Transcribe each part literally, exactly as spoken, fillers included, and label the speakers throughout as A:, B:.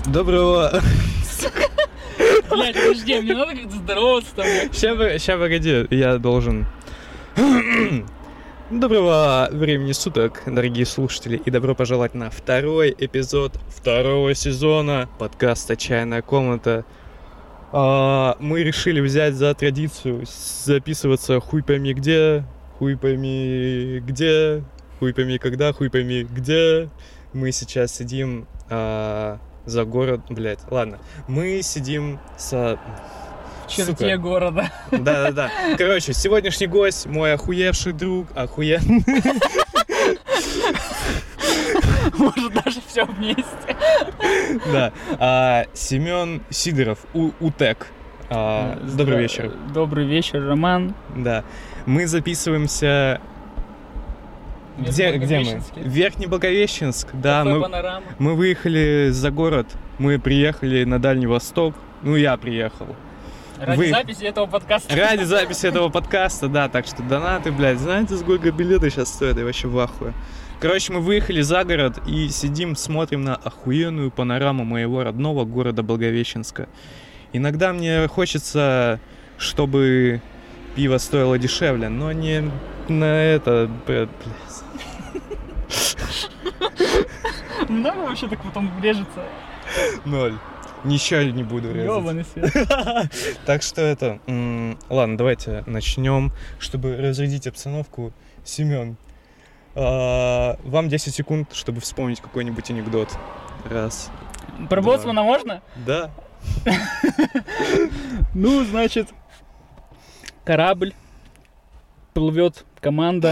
A: Доброго...
B: Блядь, подожди, мне надо как-то здороваться там.
A: Сейчас, сейчас, погоди, я должен... Доброго времени суток, дорогие слушатели, и добро пожаловать на второй эпизод второго сезона подкаста «Чайная комната». А, мы решили взять за традицию записываться хуй пойми где, хуй пойми где, хуй пойми когда, хуй пойми где. Мы сейчас сидим а, за город, блядь, ладно. Мы сидим со...
B: В черте Сука. города.
A: Да-да-да. Короче, сегодняшний гость, мой охуевший друг, охуен...
B: Может, даже все вместе.
A: Да. А, Семен Сидоров, У- УТЭК. А,
B: Здра...
A: Добрый вечер.
B: Добрый вечер, Роман.
A: Да. Мы записываемся... Где, где мы? Верхний Благовещенск. Да, мы, мы выехали за город. Мы приехали на Дальний Восток. Ну, я приехал.
B: Ради Вы... записи этого подкаста.
A: Ради записи этого подкаста, да. Так что донаты, блядь, знаете, сколько билеты сейчас стоят? Я вообще в ахуе. Короче, мы выехали за город и сидим, смотрим на охуенную панораму моего родного города Благовещенска. Иногда мне хочется, чтобы пиво стоило дешевле, но не на это, блядь.
B: Много вообще так потом режется?
A: Ноль. Ничего не буду резать.
B: Ёбаный свет.
A: Так что это... М- ладно, давайте начнем, чтобы разрядить обстановку. Семен, а- вам десять секунд, чтобы вспомнить какой-нибудь анекдот. Раз.
B: Про
A: два.
B: боцмана можно?
A: Да.
B: Ну, значит, корабль, плывет команда.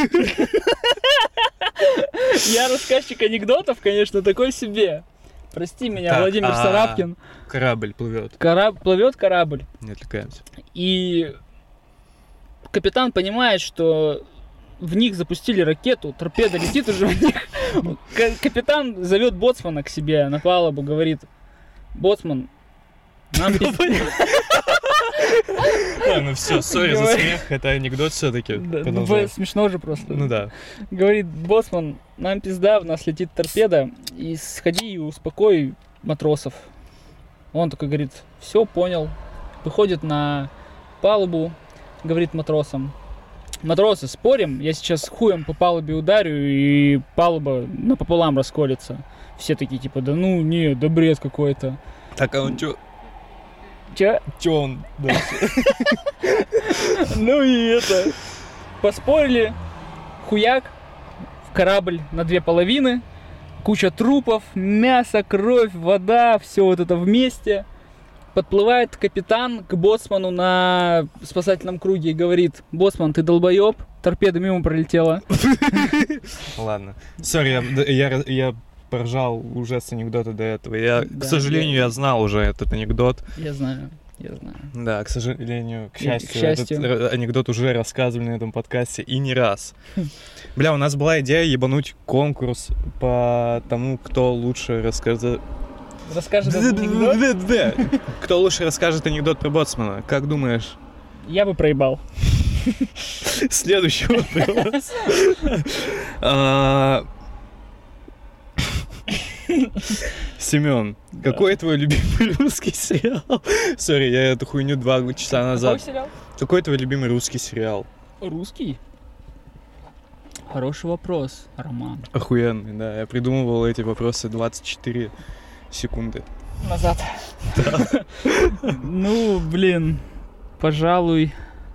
B: Я рассказчик анекдотов, конечно, такой себе. Прости меня, так, Владимир а- Сарапкин.
A: Корабль плывет.
B: Кораб... Плывет корабль.
A: Не отвлекаемся.
B: И капитан понимает, что в них запустили ракету, торпеда летит уже в них. К- капитан зовет боцмана к себе на палубу, говорит: боцман, нам пиздец.
A: Ну все, сори за смех, это анекдот все-таки.
B: Ну, смешно же просто.
A: Ну да.
B: Говорит: боцман, нам пизда, в нас летит торпеда, и сходи и успокой матросов. Он такой говорит: все, понял. Выходит на палубу, говорит матросам: матросы, спорим, я сейчас хуем по палубе ударю, и палуба напополам расколется. Все такие типа: да ну не, да бред какой-то.
A: Так, а он чё?
B: Че?
A: Че он?
B: Ну и это... Поспорили. Хуяк. В корабль на две половины. Куча трупов, мясо, кровь, вода. Все вот это вместе. Подплывает капитан к боцману на спасательном круге и говорит: боцман, ты долбоеб? Торпеда мимо пролетела.
A: Ладно. Сори, я... я, я... поржал уже с анекдота до этого. Я, да, к сожалению, я... я знал уже этот анекдот.
B: Я знаю, я знаю.
A: Да, к сожалению, к счастью,
B: к счастью.
A: этот анекдот уже рассказывали на этом подкасте и не раз. Бля, у нас была идея ебануть конкурс по тому, кто лучше расскажет...
B: Расскажет этот анекдот?
A: Кто лучше расскажет анекдот про боцмана. Как думаешь?
B: Я бы проебал.
A: Следующий вопрос. Семен, да. Какой твой любимый русский сериал? Сори, я эту хуйню два часа назад.
B: Какой сериал?
A: Какой твой любимый русский сериал?
B: Русский? Хороший вопрос, Роман.
A: Охуенный, да. Я придумывал эти вопросы двадцать четыре секунды
B: назад. Да. Ну, блин, пожалуй.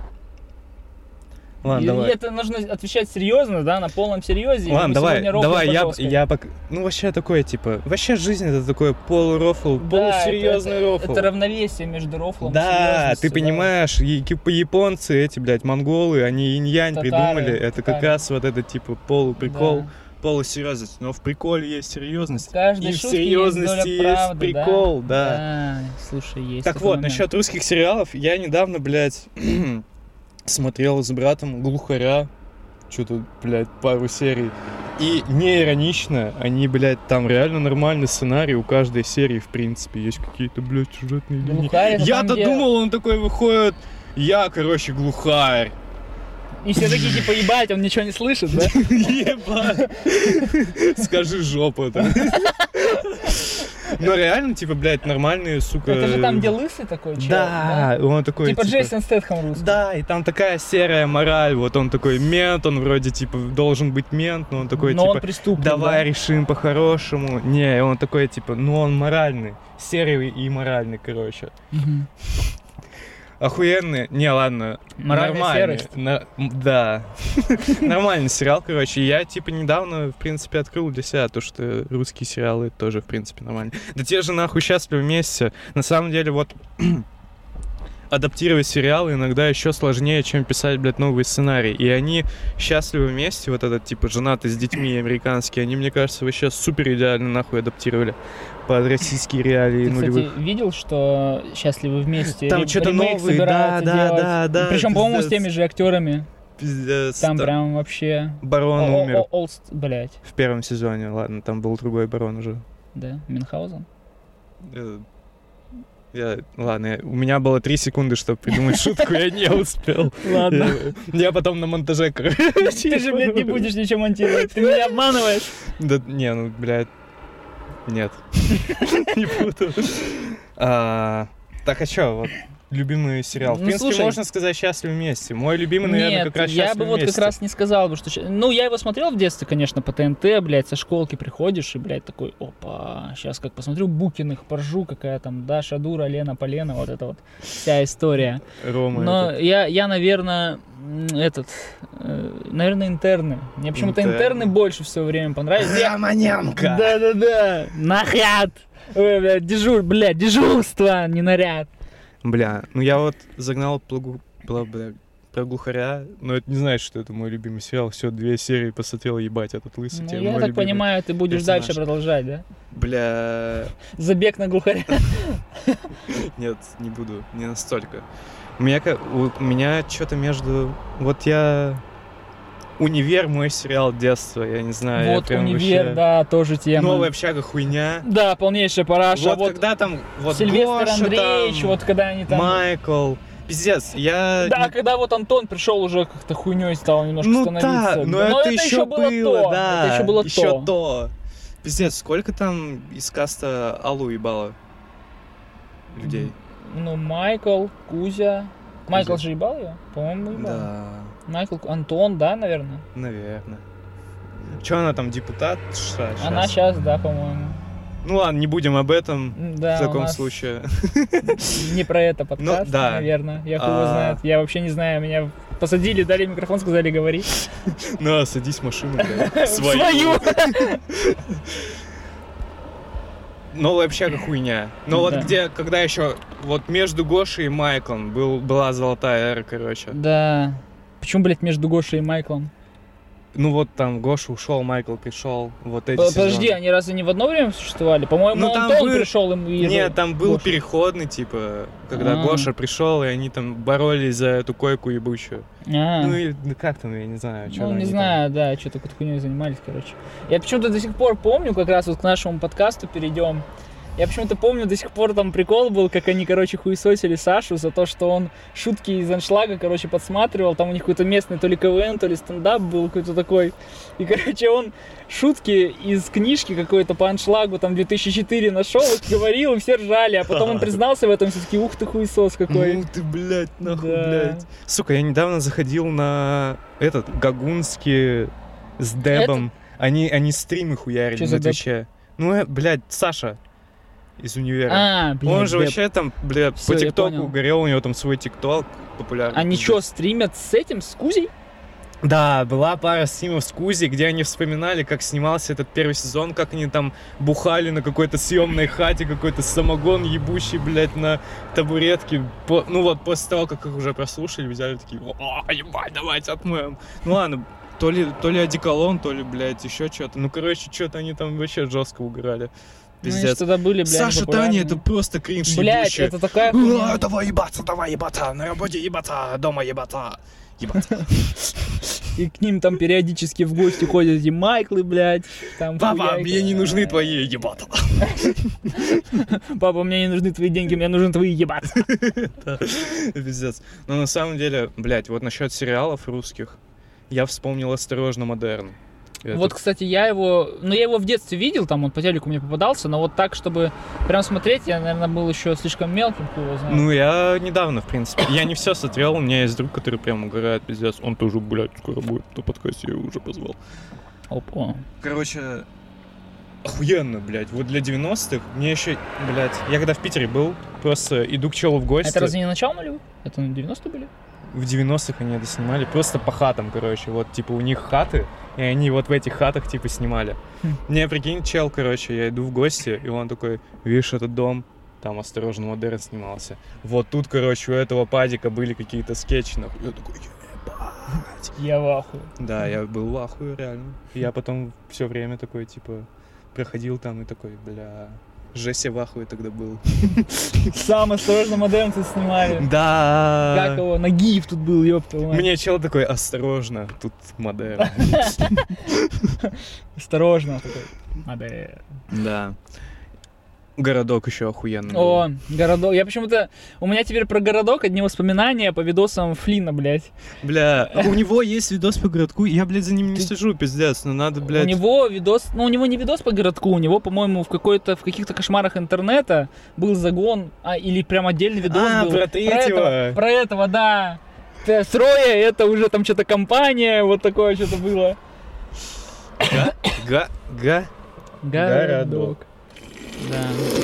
A: Ладно,
B: и
A: давай.
B: Это нужно отвечать серьезно, да, на полном серьезе.
A: Ладно, давай, давай, я, я пока... Ну, вообще такое, типа, вообще жизнь это такое полурофл, да, полусерьезный
B: это,
A: рофл.
B: Это, это равновесие между рофлом
A: да,
B: и серьезностью.
A: Ты понимаешь, да. Японцы, эти, блядь, монголы, они инь-янь татары, придумали, это татары. Как раз вот это, типа, полуприкол, да. Полусерьезность, но в приколе есть серьезность, и в серьезности есть, есть прикол, да.
B: да. Да, слушай, есть.
A: Так вот,
B: момент.
A: Насчет русских сериалов, я недавно, блядь... смотрел с братом «Глухаря», что-то, блядь, пару серий. И не иронично, они, блядь, там реально нормальный сценарий, у каждой серии, в принципе, есть какие-то, блядь, сюжетные линии. Я-то там, думал, где... он такой выходит, я, короче, глухарь.
B: И все такие, типа, ебать, он ничего не слышит, да?
A: Ебать. Скажи жопу. Но реально, типа, блядь, нормальные, сука...
B: Это же там, где лысый такой чел,
A: Да,
B: да?
A: он такой,
B: Типа
A: типа...
B: Джейсон Стэтхэм русский.
A: Да, и там такая серая мораль, вот он такой мент, он вроде, типа, должен быть мент, но он такой,
B: Но
A: типа,
B: он преступник,
A: давай
B: да?
A: решим по-хорошему. Не, и он такой, типа, ну он моральный, серый и моральный, короче.
B: Мгм.
A: Охуенный, не, ладно,
B: Моральная
A: нормальный.
B: серость.
A: На- м, да, нормальный сериал, короче. Я, типа, недавно, в принципе, открыл для себя то, что русские сериалы тоже, в принципе, нормальные. Да те же, нахуй, счастливы вместе. На самом деле, вот... адаптировать сериалы иногда еще сложнее, чем писать, блядь, новые сценарии. И они счастливы вместе, вот этот, типа, женатый с детьми американские, они, мне кажется, вообще супер идеально нахуй адаптировали под российские реалии
B: Ты,
A: нулевых.
B: кстати, видел, что «Счастливы вместе»?
A: Там
B: ре-
A: что-то
B: ремейк
A: новый,
B: собираются
A: да, да,
B: делать.
A: да, да,
B: Причем, по-моему, с
A: пиздец.
B: теми же актерами.
A: Пиздец.
B: Там прям вообще...
A: Барон
B: О- о-
A: умер
B: о- Олст, блядь.
A: в первом сезоне, ладно, там был другой барон уже.
B: Да, Мюнхгаузен.
A: Э, Я, ладно, я- у меня было три секунды, чтобы придумать шутку, я не успел.
B: Ладно.
A: Я, я потом на монтаже, короче.
B: Ты же, блядь, не будешь ничего монтировать. Ты меня обманываешь.
A: Да, не, ну, блядь, нет. Не буду. А, Так, а чё, вот, любимый сериал? В
B: Ну,
A: принципе,
B: слушай.
A: можно сказать «Счастливы вместе». Мой любимый, наверное,
B: Нет,
A: как раз
B: я
A: «Счастливы
B: бы вот
A: вместе».
B: как раз не сказал бы, что... ща- Ну, я его смотрел в детстве, конечно, по ТНТ, блядь, со школки приходишь и, блядь, такой, опа, сейчас как посмотрю Букиных, поржу, какая там Даша дура, Лена Полена, вот это вот вся история.
A: Рома
B: Но
A: этот.
B: я, я, наверное, м, этот, э, наверное, интерны. Мне почему-то
A: Интерны.
B: интерны больше всего время понравились. Я-
A: Романенко!
B: Да-да-да, наряд! Ой, блядь, дежур, блядь, дежурство, не наряд.
A: Бля, ну я вот загнал плагу... бла- бля, про глухаря, но это не значит, что это мой любимый сериал. Все, две серии посмотрел, ебать, этот лысый.
B: Ну,
A: теперь
B: я
A: мой
B: так
A: любимый.
B: понимаю, ты будешь
A: персонаж.
B: дальше продолжать, да?
A: Бля,
B: Забег на глухаря.
A: нет, не буду, не настолько. У меня, ка- у у меня что-то между... Вот я... «Универ» мой сериал детства, я не знаю. я
B: Вот
A: прям
B: универ,
A: вообще-
B: да, тоже тема.
A: «Новая общага» хуйня.
B: Да, полнейшая параша.
A: Вот, когда там... Вот
B: Сильвестр
A: Гоша
B: Андреевич,
A: там,
B: вот когда они там...
A: Майкл. Пиздец, я...
B: Да,
A: не-
B: когда вот Антон пришел, уже как-то хуйней стал немножко
A: Ну
B: становиться.
A: да, но, это, еще было,
B: то.
A: да.
B: Это еще было
A: еще
B: то.
A: то. Пиздец, сколько там из каста Аллу ебало людей?
B: Ну, Майкл, Кузя. Майкл же ебал ее? По-моему, ебал.
A: Да,
B: Майкл, Антон, да, наверное?
A: наверное. Че она там, депутат? Ша-
B: Она
A: щас?
B: сейчас, да, по-моему.
A: Ну ладно, не будем об этом
B: М, Да,
A: в
B: у
A: таком
B: нас
A: случае.
B: не про это подкаст,
A: Ну, да.
B: наверное. Я хуй его
A: А.
B: знает. Я вообще не знаю. Меня посадили, дали микрофон, сказали, говори.
A: На, садись в машину, блядь.
B: Свою!
A: Новая общага хуйня. Но вот
B: Да.
A: где, когда еще вот между Гошей и Майклом был, была золотая эра, короче.
B: Да. Почему, блядь, между Гошей и Майклом?
A: Ну вот там Гоша ушел, Майкл пришел, вот эти
B: П- Подожди,
A: сезоны.
B: они разве не в одно время существовали? По-моему,
A: Ну, там
B: Антон
A: был-
B: пришел им и...
A: Нет, там был
B: Гоша.
A: переходный, типа, когда
B: А.
A: Гоша пришел, и они там боролись за эту койку ебучую.
B: А.
A: Ну и ну, как там, я не знаю. чё
B: Ну,
A: там
B: не
A: они
B: знаю, да, что-то какой-то хуйней занимались, короче. Я почему-то до сих пор помню, как раз вот к нашему подкасту перейдем. Я почему-то помню, до сих пор там прикол был, как они, короче, хуесосили Сашу за то, что он шутки из аншлага, короче, подсматривал. Там у них какой-то местный то ли КВН, то ли стендап был какой-то такой. И, короче, он шутки из книжки какой-то по аншлагу, там, две тысячи четыре нашел, их говорил, и все ржали. А потом он признался в этом, все таки ух ты, хуесос
A: там?
B: какой.
A: Ну ты, блядь, нахуй,
B: Да.
A: блядь. Сука, я недавно заходил на этот, Гагунский с Дебом. Они, они стримы хуярили
B: Чё
A: на
B: за Деб?
A: Твиче. Ну, э, блядь, Саша из универа.
B: А, блядь,
A: Он же
B: Деб.
A: вообще там, бля,
B: Всё,
A: по
B: я
A: ТикТоку
B: понял.
A: угорел, у него там свой ТикТок популярный.
B: Они
A: пиздец.
B: что, стримят с этим, с Кузей?
A: Да, была пара стримов с Кузи, где они вспоминали, как снимался этот первый сезон, как они там бухали на какой-то съемной хате, какой-то самогон ебущий, блядь, на табуретке. По- ну вот, после того, как их уже прослушали, взяли такие, о, ебать, давайте отмоем. Ну ладно, то ли, то ли одеколон, то ли, блядь, еще что-то. Ну, короче, что-то они там вообще жестко угорали.
B: Ну, они ж
A: Пиздец.
B: тогда были, блядь,
A: Саша,
B: популярны.
A: Таня, это просто кринж
B: Блядь,
A: ебучий.
B: это такая
A: «А,
B: хуйня.
A: давай ебаться, давай ебаться, на работе ебаться, дома ебаться, ебаться.
B: И к ним там периодически в гости ходят эти Майклы, блядь. Там
A: Папа,
B: хуяки.
A: мне не нужны твои ебата.
B: Папа, мне не нужны твои деньги, мне нужны твои ебаться.
A: Пиздец. Но на самом деле, блядь, вот насчет сериалов русских, я вспомнил «Осторожно, модерн». Это...
B: Вот, кстати, я его... Ну, я его в детстве видел, там он по телеку мне попадался, но вот так, чтобы прям смотреть, я, наверное, был еще слишком мелким, кто его знает.
A: Ну, я недавно, в принципе. Я не все смотрел, у меня есть друг, который прям угорает, пиздец. Он тоже, блядь, скоро будет на подкасте, я его уже позвал.
B: Опа.
A: Короче, охуенно, блядь. Вот для девяностых мне еще, блядь... Я когда в Питере был, просто иду к челу в гости.
B: Это разве не начало нулевых? Это на девяностые были?
A: В девяностых они это снимали, просто по хатам, короче. Вот, типа, у них хаты, и они вот в этих хатах, типа, снимали.
B: Хм.
A: Мне, прикинь, чел, короче, я иду в гости, и он такой, видишь этот дом? Там «Осторожно, модерн» снимался. Вот тут, короче, у этого падика были какие-то скетчи, нахуй. Я такой, ебать.
B: Я в ахуе.
A: Да, я был в ахуе, реально. И я потом все время такой, типа, проходил там и такой, бля... Жесть, в ахуе тогда был.
B: Сам «Осторожно, модерн» тут снимали.
A: Да.
B: Как его? Нагиев тут был, ёпта.
A: Мне чел такой, осторожно, тут модерн.
B: Осторожно, такой, модерн.
A: Да. Городок еще охуенный был.
B: О, городок. Я почему-то... У меня теперь про городок одни воспоминания по видосам Флина, блядь.
A: Бля, у него есть видос по городку, я, блядь, за ним не слежу, пиздец, но надо, блядь...
B: У него видос... Ну, у него не видос по городку, у него, по-моему, в какой-то... В каких-то кошмарах интернета был загон, а, или прям отдельный видос
A: а,
B: был.
A: про третьего.
B: Про этого, про этого, да. Строя, это уже там что-то компания, вот такое что-то было.
A: Га... Га... Га...
B: Городок. Да.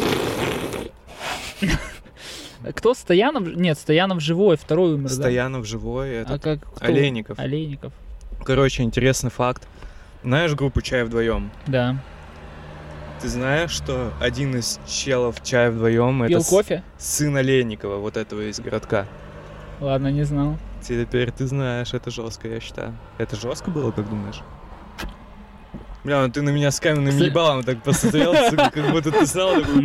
B: Кто? Стоянов? Нет, Стоянов живой, второй умер,
A: Стоянов
B: да?
A: живой, это
B: А как, кто?
A: Олейников.
B: Олейников.
A: Короче, интересный факт. Знаешь группу «Чай вдвоем»?
B: Да.
A: Ты знаешь, что один из челов «Чай вдвоем»
B: Пил
A: это
B: кофе?
A: сын Олейникова, вот этого из городка.
B: Ладно, не знал.
A: Теперь ты знаешь, это жестко, я считаю. Это жестко было, как думаешь? Бля, ну ты на меня с каменным ебалом так посмотрел, сука, как будто ты знал. Такой...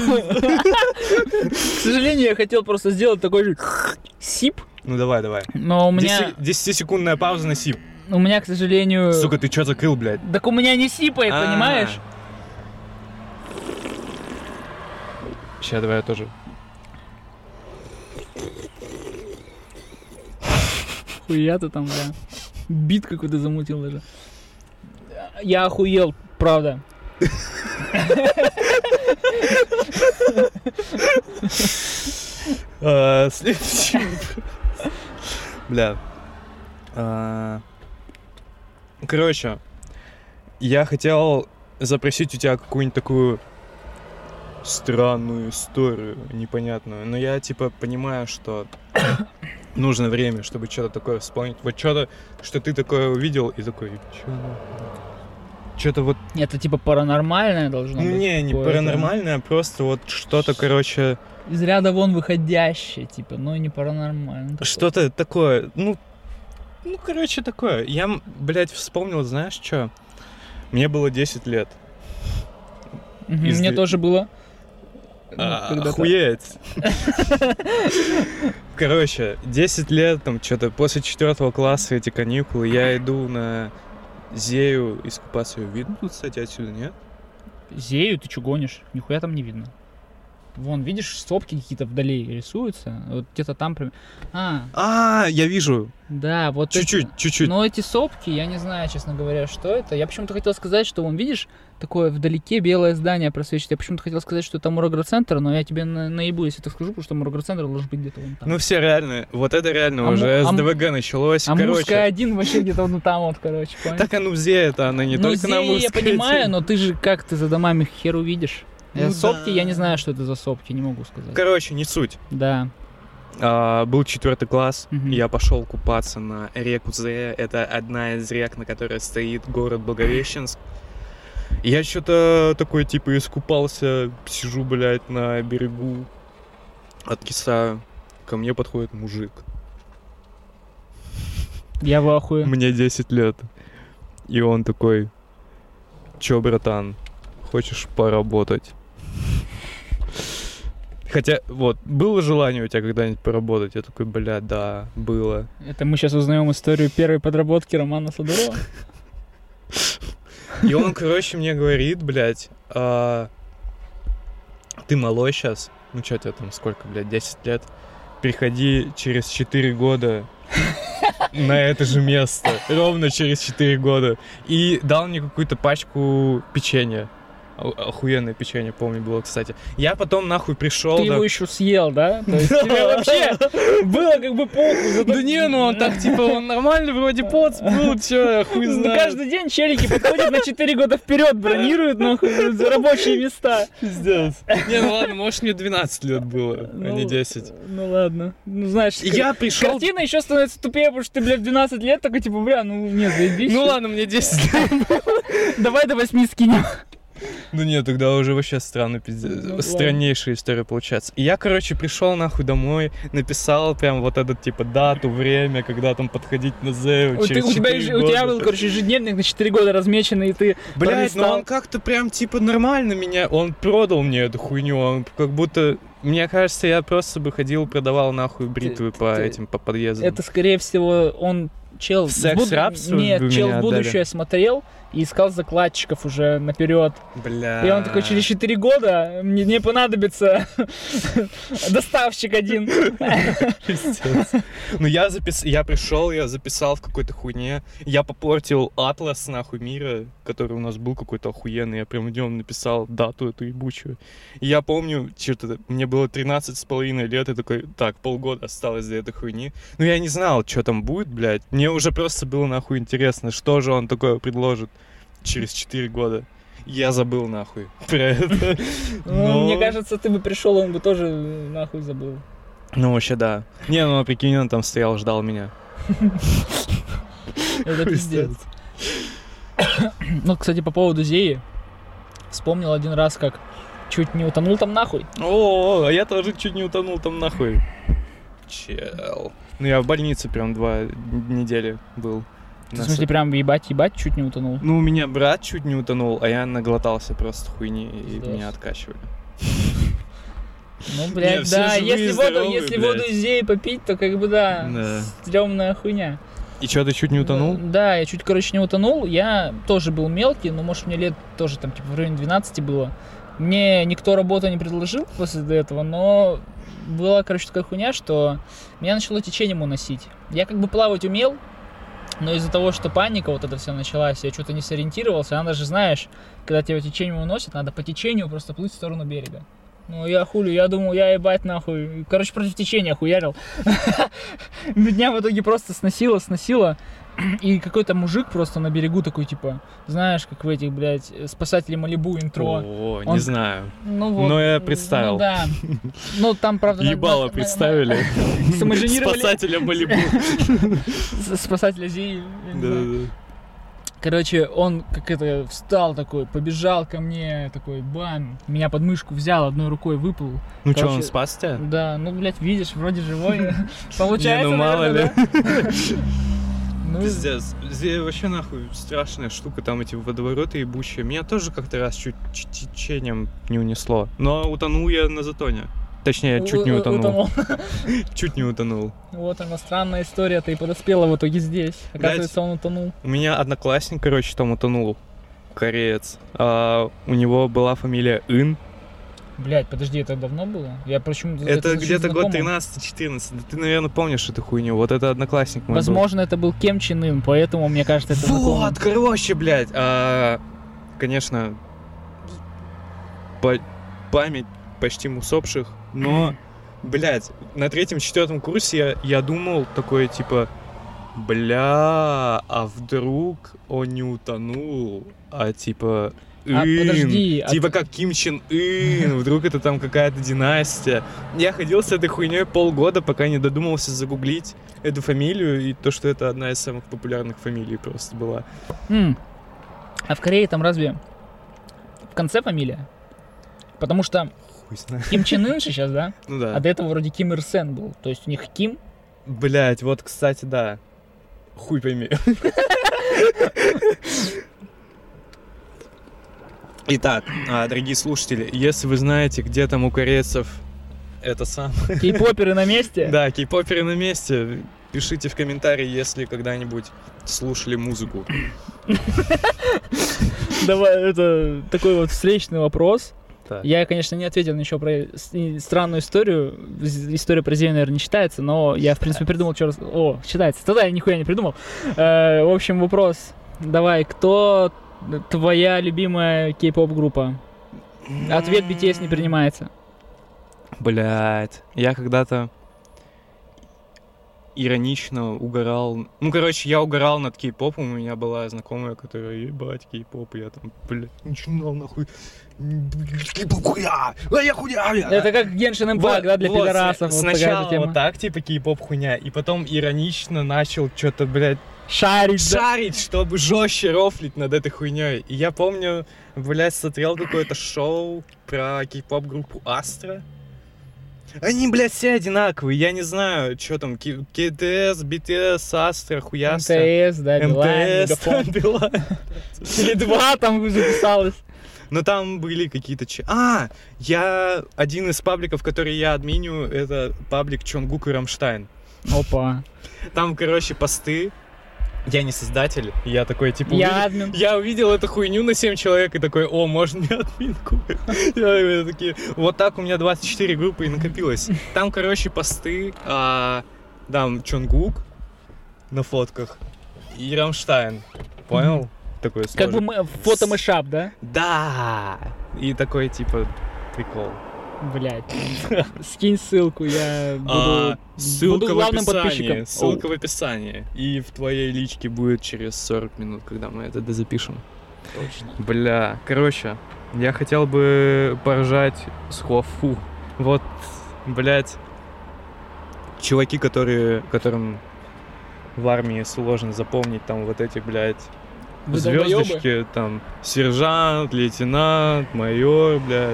B: К сожалению, я хотел просто сделать такой же сип.
A: Ну давай, давай.
B: Но у меня...
A: десятисекундная пауза на сип.
B: У меня, к сожалению...
A: Сука, ты чё закрыл, блядь?
B: Так у меня не сипает,
A: А-а-а.
B: понимаешь?
A: Сейчас давай я тоже.
B: Хуя ты там, да. Бит какой-то замутил даже. Я охуел, правда.
A: Следующий. Бля. Короче, я хотел запросить у тебя какую-нибудь такую странную историю, непонятную. Но я, типа, понимаю, что нужно время, чтобы что-то такое вспомнить. Вот что-то, что ты такое увидел и такой, что Что-то вот...
B: Это типа паранормальное должно
A: ну,
B: быть?
A: Не, не
B: какое-то.
A: паранормальное, а просто вот что-то, короче...
B: Из ряда вон выходящее, типа, но и не паранормальное.
A: Что-то такое, ну... Ну, короче, такое. Я, блядь, вспомнил, знаешь, что? Мне было десять лет.
B: Угу, мне тоже было.
A: А, охуеть. Короче, десять лет, там, что-то после четвертого класса эти каникулы, я иду на Зею искупаться. Видно тут, кстати, отсюда, нет?
B: Зею? Ты что гонишь? Нихуя там не видно. Вон, видишь, сопки какие-то вдали рисуются. Вот где-то там прям... А,
A: а, я вижу.
B: Да, вот
A: чуть-чуть,
B: это...
A: чуть-чуть.
B: Но эти сопки, я не знаю, честно говоря, что это. Я почему-то хотел сказать, что, вон, видишь, такое вдалеке белое здание просвечивает. Я почему-то хотел сказать, что это Муроград-центр, но я тебе на- наебу, если так скажу, потому что Муроград-центр должен быть где-то вон там.
A: Ну все реально, вот это реально
B: а
A: уже
B: му-
A: СДВГ а началось,
B: а
A: короче.
B: Мурская один вообще где-то вон там вот, короче, понял?
A: Так, а ну Зея это она не
B: ну,
A: только на
B: Зея я
A: Мурской
B: понимаю,
A: один.
B: но ты же как ты за домами хер увидишь.
A: Ну,
B: сопки,
A: да.
B: я не знаю, что это за сопки, не могу сказать.
A: Короче, не суть.
B: Да.
A: А, был четвертый класс,
B: Мгм.
A: я пошел купаться на реку Зея. Это одна из рек, на которой стоит город Благовещенск. Я что-то такой, типа, искупался, сижу, блядь, на берегу, откисаю. Ко мне подходит мужик.
B: Я в ахуе.
A: Мне десять лет. И он такой: чё, братан, хочешь поработать? Хотя, вот, было желание у тебя когда-нибудь поработать? Я такой, бля, да, было.
B: Это мы сейчас узнаем историю первой подработки Романа Садурова.
A: И он, короче, мне говорит, блядь, а, ты малой сейчас, ну чё тебе там, сколько, блядь, десять лет, приходи через четыре года на это же место, ровно через четыре года. И дал мне какую-то пачку печенья. Охуенное печенье, помню, было, кстати. Я потом нахуй пришел.
B: Ты
A: да...
B: его еще съел, да? То есть тебе вообще было как бы похуй. Зато...
A: Да не, ну он так, типа, он нормальный вроде поц был, чё, хуй знает.
B: Ну каждый день челики подходят на четыре года вперед, бронируют, нахуй, за рабочие места.
A: Пиздец. Не, ну ладно, может мне двенадцать лет было,
B: ну,
A: а не десять.
B: Ну ладно. Ну знаешь,
A: я пришел...
B: картина еще становится тупее, потому что ты, блядь, в двенадцать лет такой, типа, бля, ну не, заебись.
A: Ну ладно, мне десять лет.
B: Давай до восьми скинем.
A: Ну нет, тогда уже вообще странно, пиздец. Ну, страннейшая история получается. И я, короче, пришел нахуй домой, написал прям вот этот, типа, дату, время, когда там подходить на ЗЭО, через
B: у, тебя,
A: года.
B: у тебя был, короче, ежедневник на четыре года размеченный, и ты
A: блядь, но он как-то прям, типа, нормально меня, он продал мне эту хуйню, он как будто... Мне кажется, я просто бы ходил, продавал нахуй бритвы ты, по ты, этим, по подъездам.
B: Это, скорее всего, он... Чел в
A: секс-рабство? Буд...
B: Нет, чел в будущее смотрел и искал закладчиков уже наперед.
A: Бля.
B: И он такой, через четыре года мне, мне понадобится доставщик один.
A: Ну я запис... я пришел, я записал в какой-то хуйне. Я попортил атлас нахуй мира, который у нас был какой-то охуенный. Я прям в нем написал дату эту ебучую. И я помню, что-то мне было тринадцать с половиной лет, и такой, так, полгода осталось до этой хуйни. Ну я не знал, что там будет, блядь. Мне уже просто было нахуй интересно, что же он такое предложит через четыре года. Я забыл нахуй про это.
B: Но... Мне кажется, ты бы пришел, он бы тоже нахуй забыл.
A: Ну вообще да. Не, ну прикинь, он там стоял, ждал меня.
B: Это пиздец. Ну, кстати, по поводу Зеи. Вспомнил один раз, как чуть не утонул там нахуй.
A: О, а я тоже чуть не утонул там нахуй. Чел. Ну, я в больнице прям два недели был.
B: Ты, в смысле, прям ебать-ебать чуть не утонул?
A: Ну, у меня брат чуть не утонул, а я наглотался просто хуйни, и да. Меня откачивали.
B: Ну, блядь, не, да, если, здоровые, воду, если воду из Зеи попить, то как бы, да,
A: да.
B: стрёмная хуйня.
A: И что, ты чуть не утонул?
B: Да, да, я чуть, короче, не утонул. Я тоже был мелкий, но, может, мне лет тоже там, типа, в районе двенадцати было. Мне никто работу не предложил после этого, но была, короче, такая хуйня, что меня начало течением уносить. Я как бы плавать умел, но из-за того, что паника вот это вся началась, я что-то не сориентировался. Надо же, знаешь, когда тебя течением уносит, надо по течению просто плыть в сторону берега. Ну, я хули, я думал, я ебать нахуй. Короче, против течения хуярил. Меня в итоге просто сносило, сносило. И какой-то мужик просто на берегу такой, типа, знаешь, как в этих, блядь, спасатели Малибу интро.
A: О, он... не знаю.
B: Ну, вот,
A: но я представил.
B: Ну да. Ну там, правда...
A: Ебало на... представили. Спасателя Малибу.
B: Спасателя Зеи.
A: Да-да-да.
B: Короче, он как это встал такой, побежал ко мне, такой, бам, меня под мышку взял, одной рукой выплыл.
A: Ну что, он спас тебя?
B: Да, ну, блядь, видишь, вроде живой. Получается,
A: ну мало ли.
B: Ну,
A: пиздец. Здесь вообще нахуй страшная штука, там эти водовороты ебучие. Меня тоже как-то раз чуть течением не унесло. Но утонул я на затоне. Точнее, чуть не утонул. Чуть не утонул.
B: Вот она, странная история-то и подоспела в итоге здесь. Оказывается, он утонул.
A: У меня одноклассник, короче, там утонул. Кореец. У него была фамилия Ин.
B: Блять, подожди, это давно было? Я почему-то...
A: Это, это где-то год тринадцатый-четырнадцатый. Да ты, наверное, помнишь эту хуйню. Вот это одноклассник мой
B: Возможно,
A: был.
B: Это был Ким Чен Ын, поэтому, мне кажется, это
A: вот,
B: знакомый.
A: короче, блядь. А, конечно, по- память почти усопших. Но, блядь, на третьем-четвертом курсе я, я думал такой, типа... Бля, а вдруг он не утонул, а типа...
B: А, подожди,
A: типа
B: а...
A: как Ким Чен Ын, вдруг это там какая-то династия. Я ходил с этой хуйней полгода, пока не додумался загуглить эту фамилию, и то, что это одна из самых популярных фамилий просто была.
B: Mm. А в Корее там разве в конце фамилия? Потому что Ким Чен Ын же сейчас, да?
A: Ну да.
B: А до этого вроде Ким Ир Сен был, то есть у них Ким.
A: Блять, вот, кстати, да. Хуй пойми. Итак, дорогие слушатели, если вы знаете, где там у корейцев это самое...
B: Кей-поперы на месте?
A: Да, кей-поперы на месте. Пишите в комментарии, если когда-нибудь слушали музыку.
B: Давай, это такой вот встречный вопрос.
A: Так.
B: Я, конечно, не ответил ничего про с- странную историю. З- История про Зею, наверное, не считается, но я, в принципе, придумал, что раз... О, считается. Тогда я нихуя не придумал. Э, в общем, вопрос. Давай, кто твоя любимая кей-поп группа? Ответ би ти эс не принимается.
A: Блядь, я когда-то иронично угорал. Ну, короче, я угорал над кей-попом. У меня была знакомая, которая, ебать, кей-поп. И я там, блядь, начинал нахуй. Кей-поп хуя! А я хуя!
B: Это как Genshin Impact, да, для
A: вот,
B: пидорасов. Вот такая
A: сначала
B: же тема.
A: вот так, типа, кей-поп хуйня. И потом иронично начал что-то, блядь,
B: Шарить, да?
A: шарить, чтобы жестче рофлить над этой хуйней. И я помню, блядь, смотрел какое-то шоу про кей-поп группу Астра. Они, блядь, все одинаковые, я не знаю, что там, кей ти эс, би ти эс, Астра, хуястра.
B: эм тэ эс, да, Билайн,
A: МТС,
B: Мегафон.
A: Билайн.
B: Или два там записалось.
A: Но там были какие-то... че- А, я... Один из пабликов, который я админю, это паблик Чонгук и Рамштайн.
B: Опа.
A: Там, короче, посты. Я не создатель, я такой, типа...
B: Я
A: увидел-
B: админ.
A: Я увидел эту хуйню на семь человек и такой, о, можно мне админку? Я такие, вот так у меня двадцать четыре группы и накопилось. Там, короче, посты, а, там Чонгук на фотках и Рамштайн. Понял? Такой
B: Как бы
A: сложный.
B: мы- фото-мышап, да?
A: Да! И такой, типа, прикол.
B: Блять. Скинь ссылку, я буду,
A: А, ссылка
B: буду
A: в
B: главным
A: описании.
B: подписчиком.
A: Ссылка в описании. И в твоей личке будет через сорок минут, когда мы это дозапишем.
B: Точно.
A: Бля, короче, я хотел бы поржать с Хуафу. Вот, блядь, чуваки, которые, которым в армии сложно запомнить там вот эти, блядь,
B: Вы долбоёбы?
A: звездочки, там, сержант, лейтенант, майор, блядь.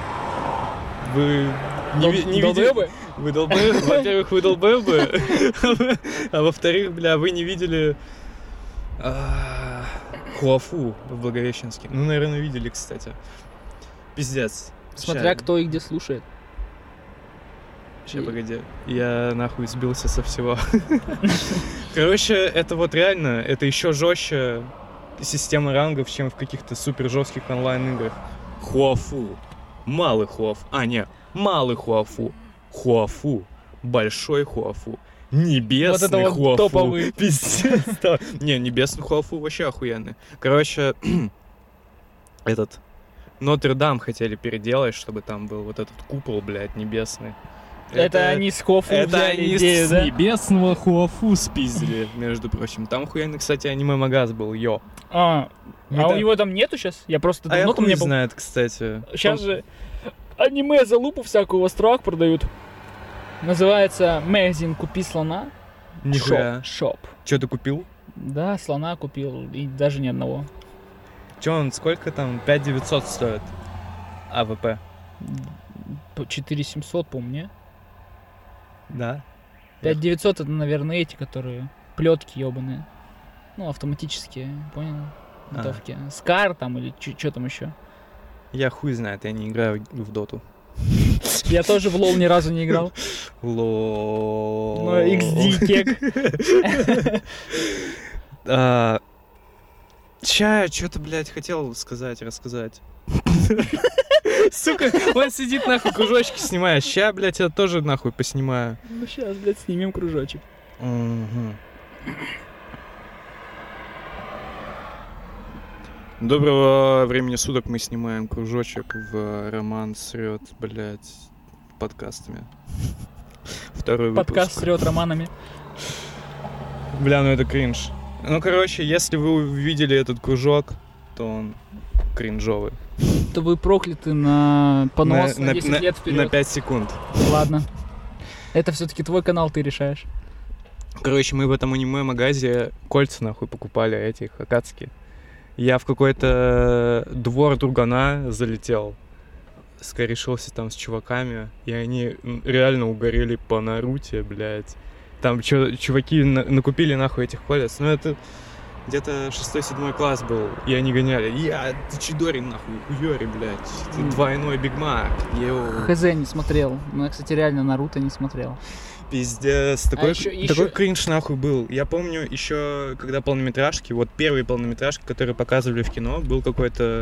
A: Вы не,
B: Дол-
A: ви- не видели...
B: долбоёбы?
A: Вы долбоёбы? Во-первых, вы долбоёбы, а во-вторых, бля, вы не видели а, Хуафу в Благовещенске. Ну, наверное, видели, кстати. Пиздец.
B: Смотря
A: Ща-
B: кто и где слушает.
A: Ща, погоди. Я нахуй сбился со всего. Короче, это вот реально, это еще жестче система рангов, чем в каких-то супер жестких онлайн-играх. Хуафу. Малый Хуафу. А, не, малый Хуафу. Хуафу. Большой Хуафу. Небесный
B: Вот это вот
A: Хуафу.
B: топовый.
A: Пиздец. да. Не, небесный Хуафу вообще охуенный. Короче, этот... Нотр-Дам хотели переделать, чтобы там был вот этот купол, блядь, небесный.
B: Это, они с Хофу
A: Это
B: взяли
A: они
B: идею,
A: с
B: да?
A: небесного Хуафу спиздили, между прочим. Там охуенный, кстати, аниме-магаз был, йо.
B: А,
A: Не
B: а у
A: так-
B: него там нету сейчас? Я просто
A: А я
B: давно там
A: хуй
B: не был.
A: знает, кстати.
B: Сейчас же аниме за лупу всякую в островах продают. Называется магазин «Купи слона».
A: Нихуя.
B: Шоп.
A: Чё ты купил?
B: Да, слона купил, и даже ни одного.
A: Чё он, сколько там? пять девятьсот стоит? АВП.
B: По четыре семьсот, по мне.
A: Да.
B: пять девятьсот это, наверное, эти, которые плетки ебаные. Ну, автоматические, понял?
A: А.
B: Готовки. Скар там или что там еще.
A: Я хуй знает, я не играю в доту.
B: Я тоже в лол ни разу не играл.
A: Лол.
B: Но икс ди кек.
A: А, Ща я что-то, блядь, хотел сказать, рассказать. Сука, он сидит нахуй, кружочки снимает. Ща, блядь, я тоже нахуй поснимаю.
B: Ну сейчас, блядь, снимем кружочек.
A: Мгм. Доброго времени суток, мы снимаем кружочек в Роман срет, блядь, подкастами. Второй выпуск.
B: Подкаст срет романами.
A: Бля, ну это кринж. Ну, короче, если вы увидели этот кружок, то он кринжовый.
B: То вы прокляты на понос на,
A: на,
B: десять
A: на-
B: лет вперед.
A: на пять секунд.
B: Ладно. Это все-таки твой канал, ты решаешь.
A: Короче, мы в этом аниме-магазе кольца нахуй покупали, этих акацки. Я в какой-то двор другана залетел, скорешился там с чуваками, и они реально угорели по Наруте, блядь. Там чё, чуваки на- накупили нахуй этих колец. Ну это где-то шестой-седьмой класс был, и они гоняли. Я, ты чидорин нахуй, хуёри, блядь. Ты двойной бигмак. Йоу.
B: Хз не смотрел. Ну, я, кстати, реально Наруто не смотрел.
A: Пиздец, такой,
B: ещё-
A: такой
B: ещё-
A: кринж нахуй был. Я помню еще, когда полнометражки, вот первые полнометражки, которые показывали в кино, был какой-то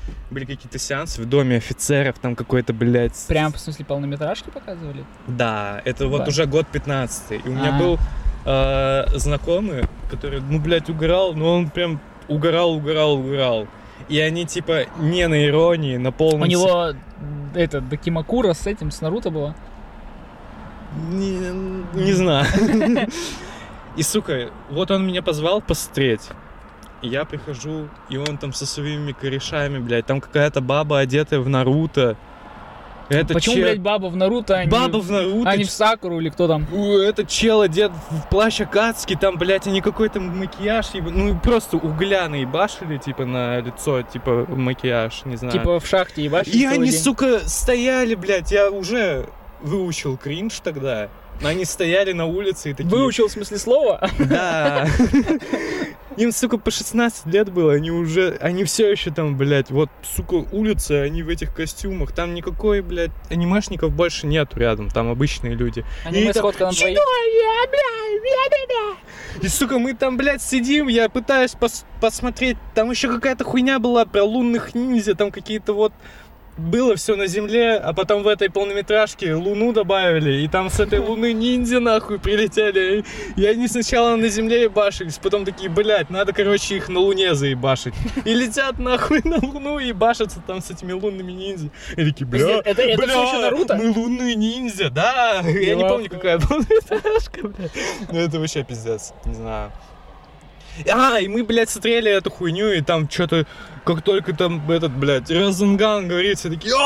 A: были какие-то сеансы в доме офицеров, там какой-то, блядь...
B: Прям, в смысле, полнометражки показывали?
A: Да, это вот
B: Да.
A: уже год пятнадцатый. И у меня
B: А.
A: был э, знакомый, который, ну, блядь, угорал, но он прям угорал, угорал, угорал. И они, типа, не на иронии, на полном...
B: У него это, Дакимакура с этим, с Наруто было?
A: Не, не знаю. И, сука, вот он меня позвал посмотреть. И я прихожу, и он там со своими корешами, блядь. Там какая-то баба, одетая в Наруто. Это
B: Почему,
A: чел...
B: блядь, баба в Наруто, а не,
A: Баба в Наруто.
B: а не в Сакуру или кто там?
A: У, этот чел одет в плащ Акацки, там, блядь, они какой-то макияж, еб- ну, просто угля наебашили, типа, на лицо, типа, макияж, не знаю.
B: Типа в шахте ебашь?
A: И они, сука, стояли, блядь, я уже выучил кринж тогда. Но они стояли на улице и такие...
B: Выучил в смысле слова?
A: Да. Им, сука, по шестнадцать лет было, они уже, они все еще там, блядь, вот, сука, улица, они в этих костюмах, там никакой, блядь, анимешников больше нету рядом, там обычные люди.
B: Аниме
A: И там,
B: сходка на двоих.
A: И, сука, мы там, блядь, сидим, я пытаюсь пос- посмотреть, там еще какая-то хуйня была про лунных ниндзя, там какие-то вот... Было все на земле, а потом в этой полнометражке луну добавили, и там с этой луны ниндзя нахуй прилетели. И они сначала на земле ебашились, потом такие, блядь, надо, короче, их на луне заебашить. И летят нахуй на луну и башатся там с этими лунными ниндзя. И такие, бля,
B: Это, это
A: бля,
B: всё еще Наруто?
A: мы лунные ниндзя, да. Я не помню, какая полнометражка, блядь. Ну это вообще пиздец, не знаю. А, и мы, блядь, смотрели эту хуйню, и там что-то, как только там этот, блядь, Розенган говорит, все такие,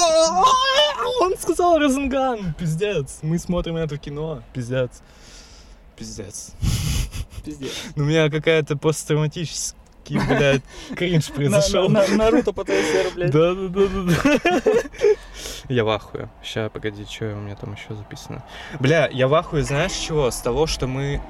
A: он сказал Розенган, пиздец. Мы смотрим это в кино, пиздец. Пиздец.
B: Пиздец.
A: У меня какая-то посттравматический, блядь, кринж произошел.
B: На- на- Наруто по ТСР, блядь.
A: Да-да-да-да. Я в ахуе. Ща, погоди, что у меня там еще записано? Бля, я в ахуе, знаешь, с чего? С того, что мы...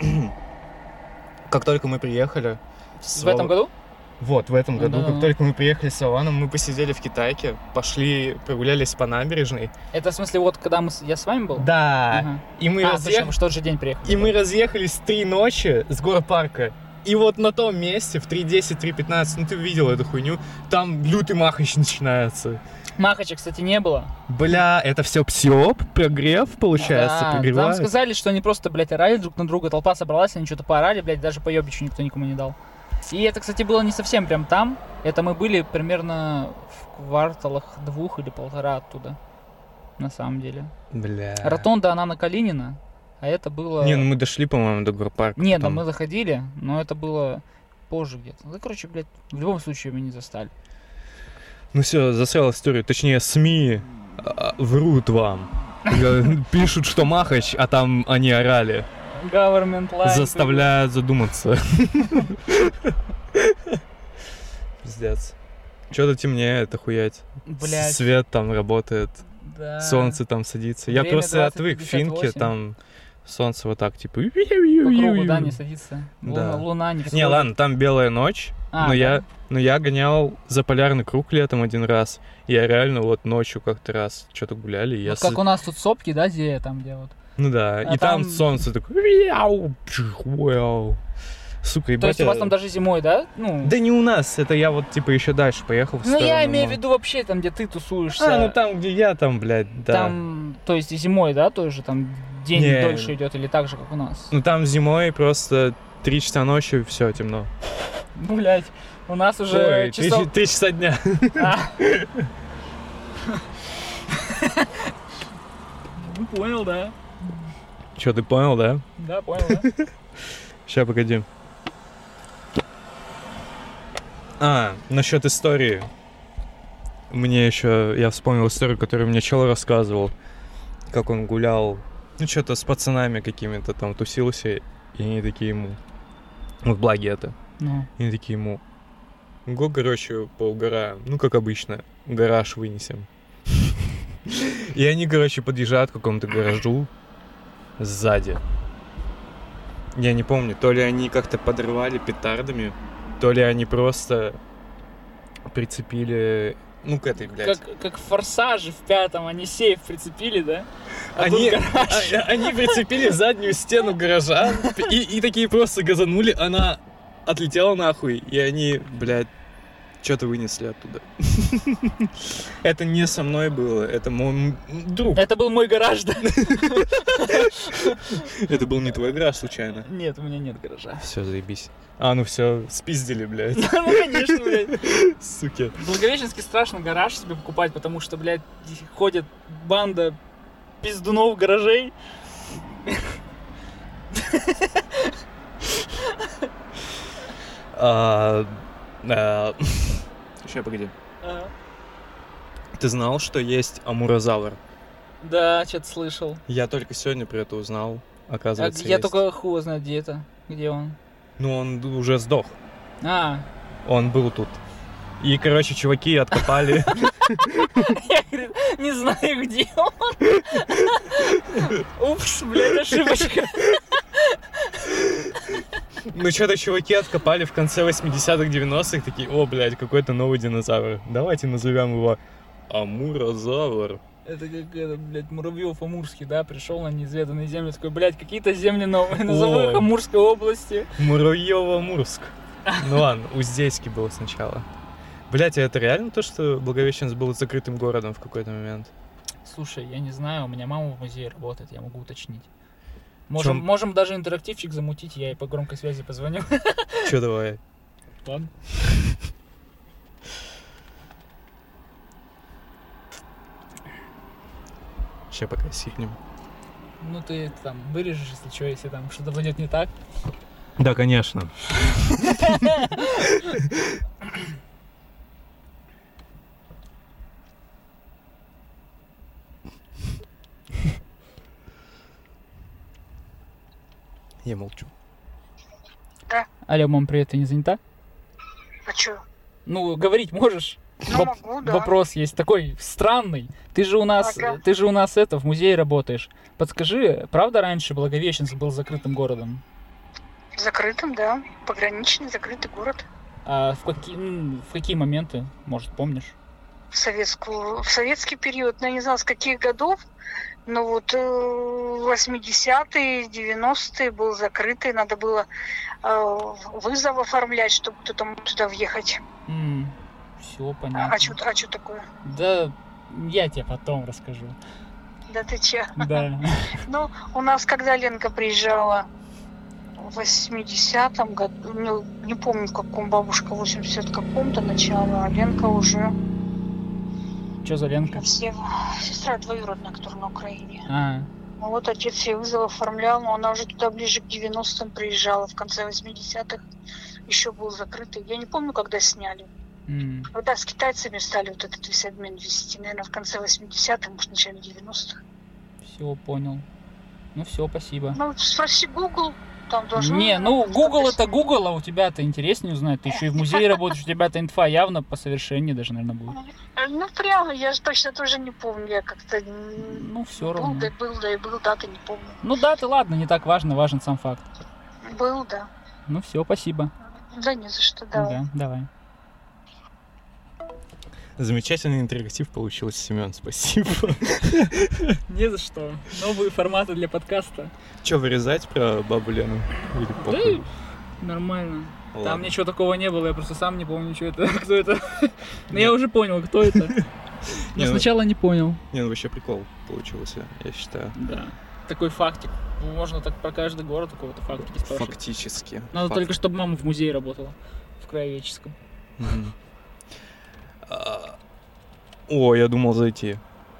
A: Как только мы приехали... с
B: В этом
A: Вол-
B: году?
A: Вот, в этом году,
B: Да-да-да.
A: как только мы приехали с Вованом, мы посидели в Китайке, пошли, прогулялись по набережной.
B: Это в смысле вот когда мы с- я с вами был?
A: Да.
B: Ага.
A: И мы,
B: А,
A: разъех-
B: точно, мы в тот же день приехали.
A: и мы разъехались три ночи с горпарка. И вот на том месте, в три десять, три пятнадцать, ну ты видел эту хуйню, там лютый махач начинается.
B: Махача, кстати, не было.
A: Бля, это все псиоп, прогрев, получается,
B: Да,
A: прогревают.
B: нам сказали, что они просто, блядь, орали друг на друга, толпа собралась, они что-то поорали, блядь, даже поёбичу никто никому не дал. И это, кстати, было не совсем прям там. Это мы были примерно в кварталах двух или полтора оттуда. На самом деле.
A: Бля.
B: Ротонда, она на Калинина, а это было...
A: Не, ну мы дошли, по-моему, до горпарка.
B: Нет, да
A: потом.
B: мы заходили, но это было позже где-то. Ну, короче, блядь, в любом случае мы не застали.
A: Ну все, засрал историю. Точнее, СМИ а, врут вам. Г- Пишут, что Махач, а там они орали.
B: Government line.
A: Заставляют задуматься. Пиздец. Что-то темнеет, охуеть.
B: Блядь.
A: Свет там работает,
B: Да.
A: солнце там садится. Я
B: Время
A: просто отвык в
B: двадцать
A: Финке,
B: пятьдесят восемь.
A: там солнце вот так, типа...
B: По кругу, да, не садится.
A: Да.
B: Луна, луна не
A: Не,
B: всходит.
A: ладно, там белая ночь,
B: А,
A: но,
B: да?
A: я, но я гонял за полярный круг летом один раз. Я реально вот ночью как-то раз что-то гуляли. и я
B: Вот
A: с-
B: как у нас тут сопки, да, Зея там где вот.
A: Ну да,
B: А
A: и там...
B: там-
A: солнце такое... «Вяу, пших, вяу». Сука, ебать.
B: То есть у вас
A: я-
B: там даже зимой, да? Ну,
A: Да не у нас, это я вот типа еще дальше поехал в
B: ну я
A: сторону,
B: имею в
A: но-
B: виду вообще там, где ты тусуешься.
A: А, ну там, где я, там, блядь, да.
B: Там, то есть и зимой, да, тоже там день
A: Не.
B: дольше идет или так же, как у нас?
A: Ну там зимой просто три часа ночи, все темно.
B: Блять, у нас уже
A: Ой, три
B: часов...
A: три часа дня.
B: А. Ну понял, да.
A: Че, ты понял, да?
B: Да, понял, да.
A: Сейчас, погоди. А, насчет истории. Мне еще, я вспомнил историю, которую мне чел рассказывал. Как он гулял, ну что-то с пацанами какими-то там тусился. И они такие ему, вот благи это.
B: Ну.
A: И они такие ему, го, короче, поугараем. Ну, как обычно, гараж вынесем. И они, короче, подъезжают к какому-то гаражу сзади. Я не помню, то ли они как-то подрывали петардами, то ли они просто прицепили, ну, к этой, блядь.
B: Как, как в «Форсаже» в пятом, они сейф прицепили, да? А
A: Они,
B: тут гараж.
A: а- они прицепили заднюю стену гаража и, и такие просто газанули, она отлетела нахуй, и они, блядь, Что-то вынесли оттуда. Это не со мной было, это мой друг.
B: Это был мой гараж, да?
A: Это был не твой гараж, случайно?
B: Нет, у меня нет гаража.
A: Все, заебись. А, ну все, спиздили, блядь.
B: Ну, конечно, блядь.
A: Суки.
B: В Благовещенске страшно гараж себе покупать, потому что, блядь, ходит банда пиздунов гаражей.
A: А, а, Сейчас, погоди.
B: Ага.
A: Ты знал, что есть амурозавр?
B: Да, что-то слышал.
A: Я только сегодня про это узнал,
B: А,
A: оказывается,
B: я
A: есть.
B: только хуй знает, где это, где он.
A: Ну, он уже сдох.
B: А,
A: Он был тут. И, короче, чуваки откопали...
B: я, говорит, не знаю, где он. Упс, блядь, ошибочка.
A: Ну, что-то чуваки откопали в конце восьмидесятых, девяностых, такие, о, блядь, какой-то новый динозавр. Давайте назовем его амурозавр.
B: Это как этот, блядь, Муравьев Амурский, да, пришел на неизведанные земли, такой, блядь, какие-то земли новые, назову их Амурской области.
A: Муравьево-Амурск. Ну ладно, Уздейский был сначала. Блядь, а это реально то, что Благовещенск был закрытым городом в какой-то момент?
B: Слушай, я не знаю, у меня мама в музее работает, я могу уточнить. Можем,
A: Чем?
B: можем даже интерактивчик замутить, я ей по громкой связи позвоню.
A: Чё, давай?
B: Ладно.
A: Сейчас пока сикнем.
B: Ну ты там вырежешь, если что, если там что-то пойдет не так.
A: Да, конечно. Я молчу.
B: Алло, мам, привет, ты не занята?
C: А чё?
B: Ну, говорить можешь?
C: Ну,
B: Воп-
C: могу, да.
B: Вопрос есть такой странный. Ты же у нас,
C: Ага.
B: ты же у нас это в музее работаешь. Подскажи, правда раньше Благовещенск был закрытым городом?
C: Закрытым, да. Пограничный, закрытый город.
B: А в какие, м, в какие моменты, может, помнишь?
C: В, советскую, в советский период, ну, я не знаю, с каких годов, но вот э, восьмидесятые, девяностые был закрытый. Надо было э, вызов оформлять, чтобы кто-то мог туда въехать.
B: Все понятно.
C: А что а чё такое?
B: Да, я тебе потом расскажу.
C: Да ты че?
B: Да.
C: Ну, у нас, когда Ленка приезжала в восьмидесятом году, ну, не помню, в каком, бабушка в восьмидесятом каком-то начала, а Ленка уже
B: Что за Ленка?
C: все, сестра двоюродная, которая на Украине.
B: А,
C: Ну вот отец ей вызов оформлял, но она уже туда ближе к девяностым приезжала, в конце восьмидесятых еще был закрытый. Я не помню, когда сняли.
B: м,
C: Когда с китайцами стали вот этот весь обмен вести, наверное, в конце восьмидесятых, может, в начале девяностых.
B: все понял. Ну все, спасибо.
C: Ну, спроси Google, там должно...
B: Не, ну
C: что
B: Google
C: написано.
B: это Google, а у тебя-то интереснее узнать. Ты еще и в музее работаешь, у тебя-то инфа явно по совершеннее даже, наверное, будет.
C: Ну, прямо, я же точно тоже не помню, я как-то... м,
B: Ну, все
C: Был,
B: равно.
C: да был, да и был, даты не помню.
B: Ну да, ты ладно, не так важно, важен сам факт.
C: Был, да.
B: Ну все, спасибо.
C: Да не за что, да.
B: Да, давай.
A: Замечательный интерактив получился, Семен, спасибо.
B: Не за что. Новые форматы для подкаста.
A: Че, вырезать про бабу Лену? Или
B: Да,
A: похуй?
B: нормально.
A: Ладно.
B: Там ничего такого не было, я просто сам не помню, что это, кто это. Но я уже понял, кто это.
A: Не,
B: Но
A: ну-
B: сначала не понял.
A: Не, ну вообще прикол получился, я считаю.
B: Да. Такой фактик. Можно так про каждый город какого-то фактики спрашивать.
A: Фактически.
B: Надо
A: Факт.
B: только, чтобы мама в музее работала. В Краеведческом.
A: Мгм. А, О, я думал зайти.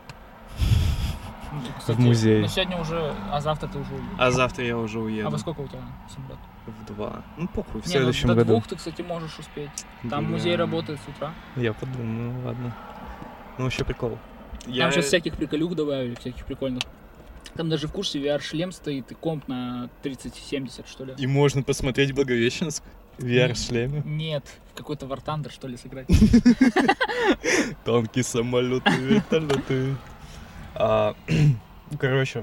B: Ну, кстати,
A: музей.
B: Ну, сегодня уже, а завтра ты уже уедешь.
A: А завтра я уже уеду.
B: А во сколько у тебя самолет?
A: В два. Ну похуй, в
B: Не, ну,
A: следующем
B: до
A: году.
B: двух ты, кстати, можешь успеть. Там
A: Бля.
B: музей работает с утра.
A: Я подумаю, ну ладно. Ну вообще прикол.
B: Там сейчас всяких приколюх добавили, всяких прикольных. Там даже в курсе ви ар-шлем стоит и комп на тридцать семьдесят, что ли.
A: И можно посмотреть Благовещенск в ви ар-шлеме.
B: Нет, в какой-то War Thunder, что ли, сыграть.
A: Танки, самолеты, вертолеты. А, ну, короче,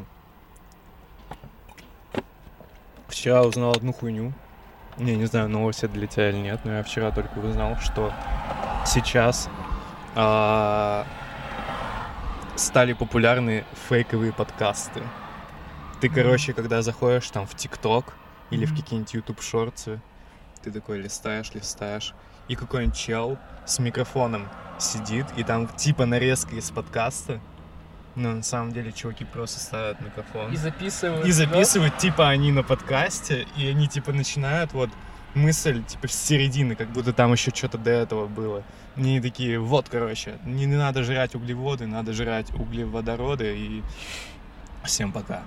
A: вчера узнал одну хуйню. Не, не знаю, новость это для тебя или нет, но я вчера только узнал, что сейчас а, стали популярны фейковые подкасты. Ты, короче, когда заходишь там в ТикТок или в
B: Мгм.
A: какие-нибудь YouTube шорты, ты такой листаешь, листаешь, и какой-нибудь чел с микрофоном сидит, и там типа нарезка из подкаста, но на самом деле чуваки просто ставят микрофон.
B: И записывают.
A: И записывают, да? Типа они на подкасте, и они типа начинают вот мысль типа с середины, как будто там еще что-то до этого было. Они такие, вот, короче, не, не надо жрать углеводы, надо жрать углеводороды, и всем пока.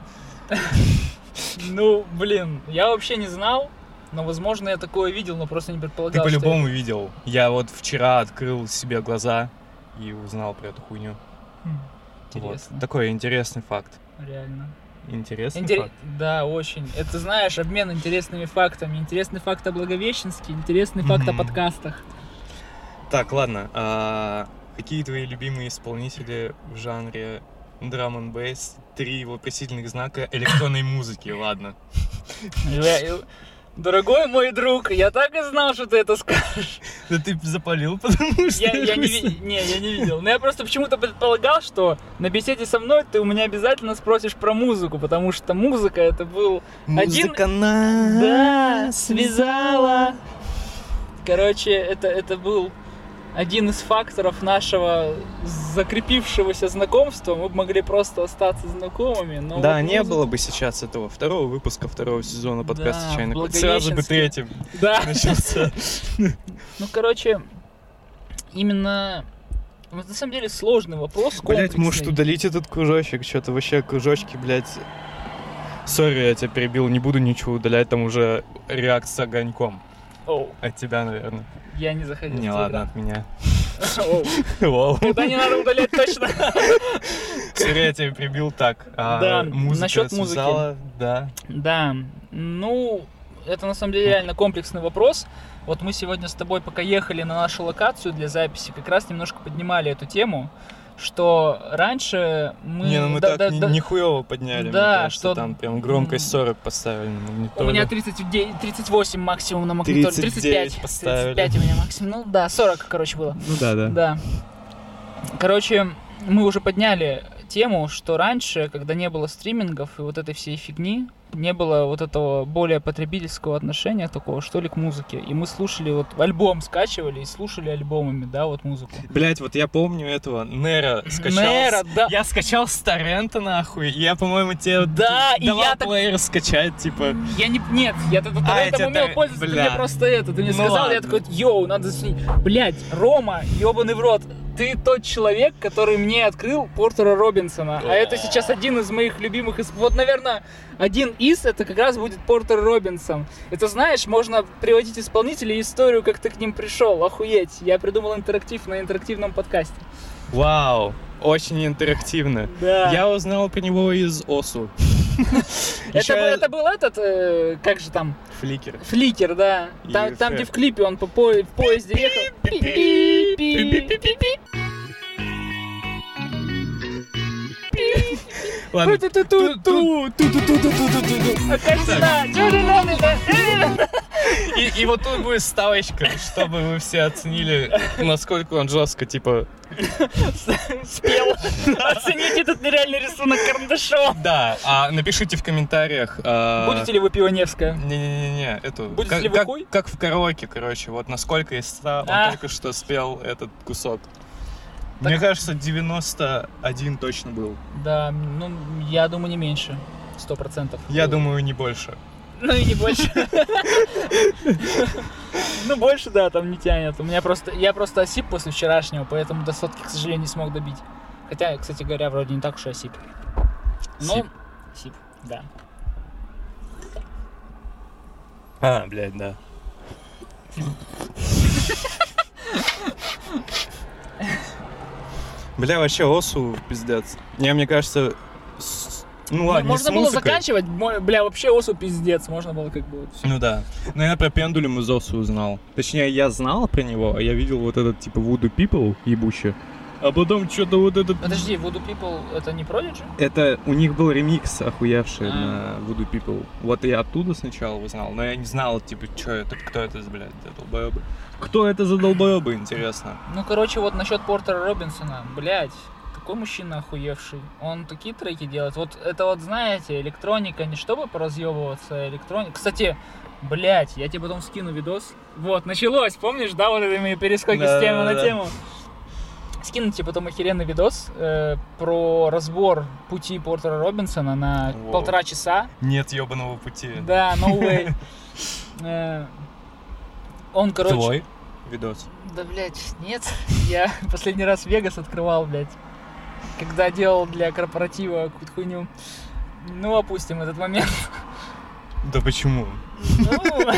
B: Ну, блин, я вообще не знал, но, возможно, я такое видел, но просто не предполагал.
A: Ты по-любому
B: это...
A: видел. Я вот вчера открыл себе глаза и узнал про эту хуйню.
B: Интересно.
A: Вот. Такой интересный факт.
B: Реально.
A: Интересный
B: Интер...
A: факт?
B: Да, очень. Это, знаешь, обмен интересными фактами. Интересный факт о Благовещенске, интересный факт mm-hmm. о подкастах.
A: Так, ладно. А какие твои любимые исполнители в жанре драм н бейс? Три вопросительных знака электронной музыки, ладно.
B: Дорогой мой друг, я так и знал, что ты это скажешь.
A: Да ты запалил, потому что...
B: Я, я не, ви... не, я не видел. Но я просто почему-то предполагал, что на беседе со мной ты у меня обязательно спросишь про музыку, потому что музыка это был
A: Музыка
B: один...
A: нас
B: да, связала. Короче, это, это был один из факторов нашего закрепившегося знакомства. Мы бы могли просто остаться знакомыми, но
A: да,
B: вот
A: не
B: музыка...
A: было бы сейчас этого второго выпуска второго сезона подкаста
B: да,
A: «Чайный кот». Сразу бы третьим
B: да.
A: начался.
B: Ну, короче, именно... На самом деле сложный вопрос, комплексный.
A: Блять, может удалить этот кружочек? Что-то вообще кружочки, блять... Сори, я тебя перебил, не буду ничего удалять, там уже реакция огоньком.
B: Оу.
A: От тебя, наверное.
B: Я не заходил.
A: Не, ладно, от меня.
B: Оу. Это не надо удалять точно.
A: Сори, я тебя перебил так.
B: Да, насчет музыки.
A: Да.
B: Да, ну, это на самом деле реально комплексный вопрос. Вот мы сегодня с тобой, пока ехали на нашу локацию для записи, как раз немножко поднимали эту тему, что раньше мы...
A: Не, ну мы
B: да,
A: так
B: да,
A: ни,
B: да,
A: нихуево подняли,
B: да,
A: мне кажется,
B: что...
A: там прям громкость сорок поставили на магниторе.
B: У меня тридцать девять, тридцать восемь максимум на магниторе, тридцать пять
A: поставили.
B: тридцать пять у меня максимум, ну да, сорок, короче, было.
A: Ну да, да.
B: Да. Короче, мы уже подняли тему, что раньше, когда не было стримингов и вот этой всей фигни, не было вот этого более потребительского отношения такого, что ли, к музыке. И мы слушали, вот альбом скачивали и слушали альбомами, да, вот музыку.
A: Блять, вот я помню этого, Нера скачал.
B: Нера, да.
A: Я скачал с торрента, нахуй, и я, по-моему, тебе
B: да,
A: давал
B: и я
A: плеер так... скачать, типа...
B: Я не... Нет, я тогда торрентом умел тор... пользоваться, бля. Ты мне просто это, ты мне ну сказал, ладно. Я такой, йоу, надо... Блять, Рома, ёбаный в рот, ты тот человек, который мне открыл Портера Робинсона, а это сейчас один из моих любимых... Вот, наверное, один из, это как раз будет Портер Робинсон. Это, знаешь, можно приводить исполнителей и историю, как ты к ним пришел. Охуеть. Я придумал интерактив на интерактивном подкасте.
A: Вау, очень интерактивно.
B: Да.
A: Я узнал про него из ОСУ.
B: Это, это был этот, э, как же там?
A: Фликер.
B: Фликер, да. Там, там где в клипе он по по в поезде ехал.
A: Ладно. И, и вот тут будет ставочка, чтобы вы все оценили, насколько он жестко, типа...
B: Спел. Оцените этот нереальный рисунок карандашом.
A: Да, а напишите в комментариях... А...
B: Будете ли вы Пионерская?
A: Не-не-не, эту...
B: Будете
A: как,
B: ли вы
A: как,
B: хуй?
A: Как в караоке, короче, вот насколько из ста он а. только что спел этот кусок. Так... Мне кажется, девяносто один точно был.
B: Да, ну, я думаю, не меньше. Сто процентов.
A: Я думаю, не больше.
B: Ну и не больше. Ну, больше, да, там не тянет. У меня просто... Я просто осип после вчерашнего, поэтому до сотки, к сожалению, не смог добить. Хотя, кстати говоря, вроде не так уж и осип. Ну, осип, да.
A: А, блядь, да. Бля, вообще ОСУ пиздец. Не, мне кажется... С... Ну ладно,
B: можно
A: не с
B: было
A: музыкой.
B: Заканчивать, бля, вообще ОСУ пиздец. Можно было как бы...
A: Ну да. Но я про Пендулем из ОСУ узнал. Точнее, я знал про него, а я видел вот этот типа Voodoo People ебучий. А потом что-то вот этот...
B: Подожди, Voodoo People это не Prodigy?
A: Это у них был ремикс охуевший
B: а.
A: на Voodoo People. Вот я оттуда сначала узнал, но я не знал, типа, что это, кто это, блядь, за долбоебы. Кто это за долбоебы, интересно?
B: Ну, короче, вот насчет Портера Робинсона, блядь, такой мужчина охуевший. Он такие треки делает. Вот это вот, знаете, электроника, не чтобы поразъебываться, электроника. Кстати, блять, я тебе потом скину видос. Вот, началось, помнишь, да, вот это мои перескоки да, с темы да, на да. тему. Скину тебе потом охеренный видос э, про разбор пути Портера Робинсона на Воу. полтора часа.
A: Нет ебаного пути.
B: Да, no way. э, он, короче...
A: Твой видос?
B: Да, блядь, нет. Я последний раз Вегас открывал, блядь, когда делал для корпоратива какую-то хуйню. Ну, опустим этот момент.
A: Да почему?
B: Ну...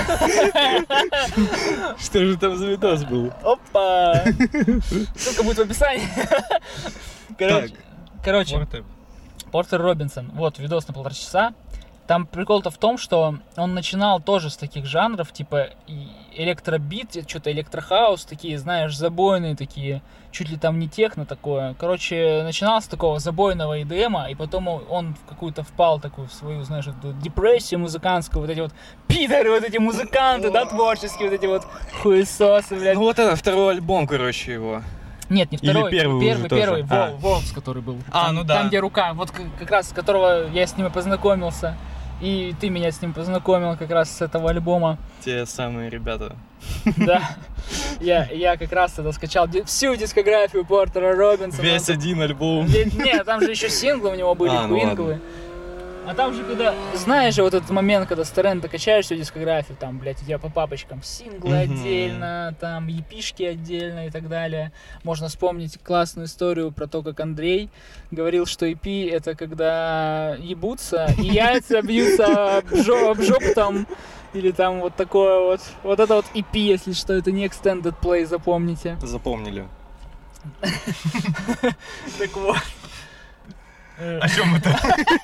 A: Что же там за видос был?
B: Опа! Ссылка будет в описании. Короче, короче
A: Портер.
B: Портер Робинсон. Вот, видос на полтора часа. Там прикол-то в том, что он начинал тоже с таких жанров, типа электробит, что-то электрохаус, такие, знаешь, забойные такие, чуть ли там не техно такое. Короче, начинал с такого забойного и ди эма, и потом он в какую-то впал такую в свою, знаешь, эту депрессию музыкантскую, вот эти вот пидоры, вот эти музыканты, да, творческие, вот эти вот хуесосы, блядь.
A: Ну вот это второй альбом, короче, его.
B: Нет, не второй,
A: или первый,
B: первый, первый,
A: а.
B: Волкс, который был.
A: А,
B: там,
A: ну да.
B: Там, где рука, вот как раз с которого я с ним и познакомился. И ты меня с ним познакомил как раз с этого альбома.
A: Те самые ребята.
B: Да. Я, я как раз тогда скачал всю дискографию Портера Робинсона.
A: Весь один альбом.
B: Нет, там же еще синглы у него были,
A: а,
B: квинглы. Ну а там же, когда, знаешь же, вот этот момент, когда с торрента качаешь всю дискографию, там, блядь, у тебя по папочкам синглы mm-hmm. отдельно, там, епишки отдельно и так далее. Можно вспомнить классную историю про то, как Андрей говорил, что и пи это когда ебутся, и яйца бьются об жопу там, или там вот такое вот. Вот это вот и пи, если что, это не extended play, запомните.
A: Запомнили.
B: Так вот.
A: О чем это?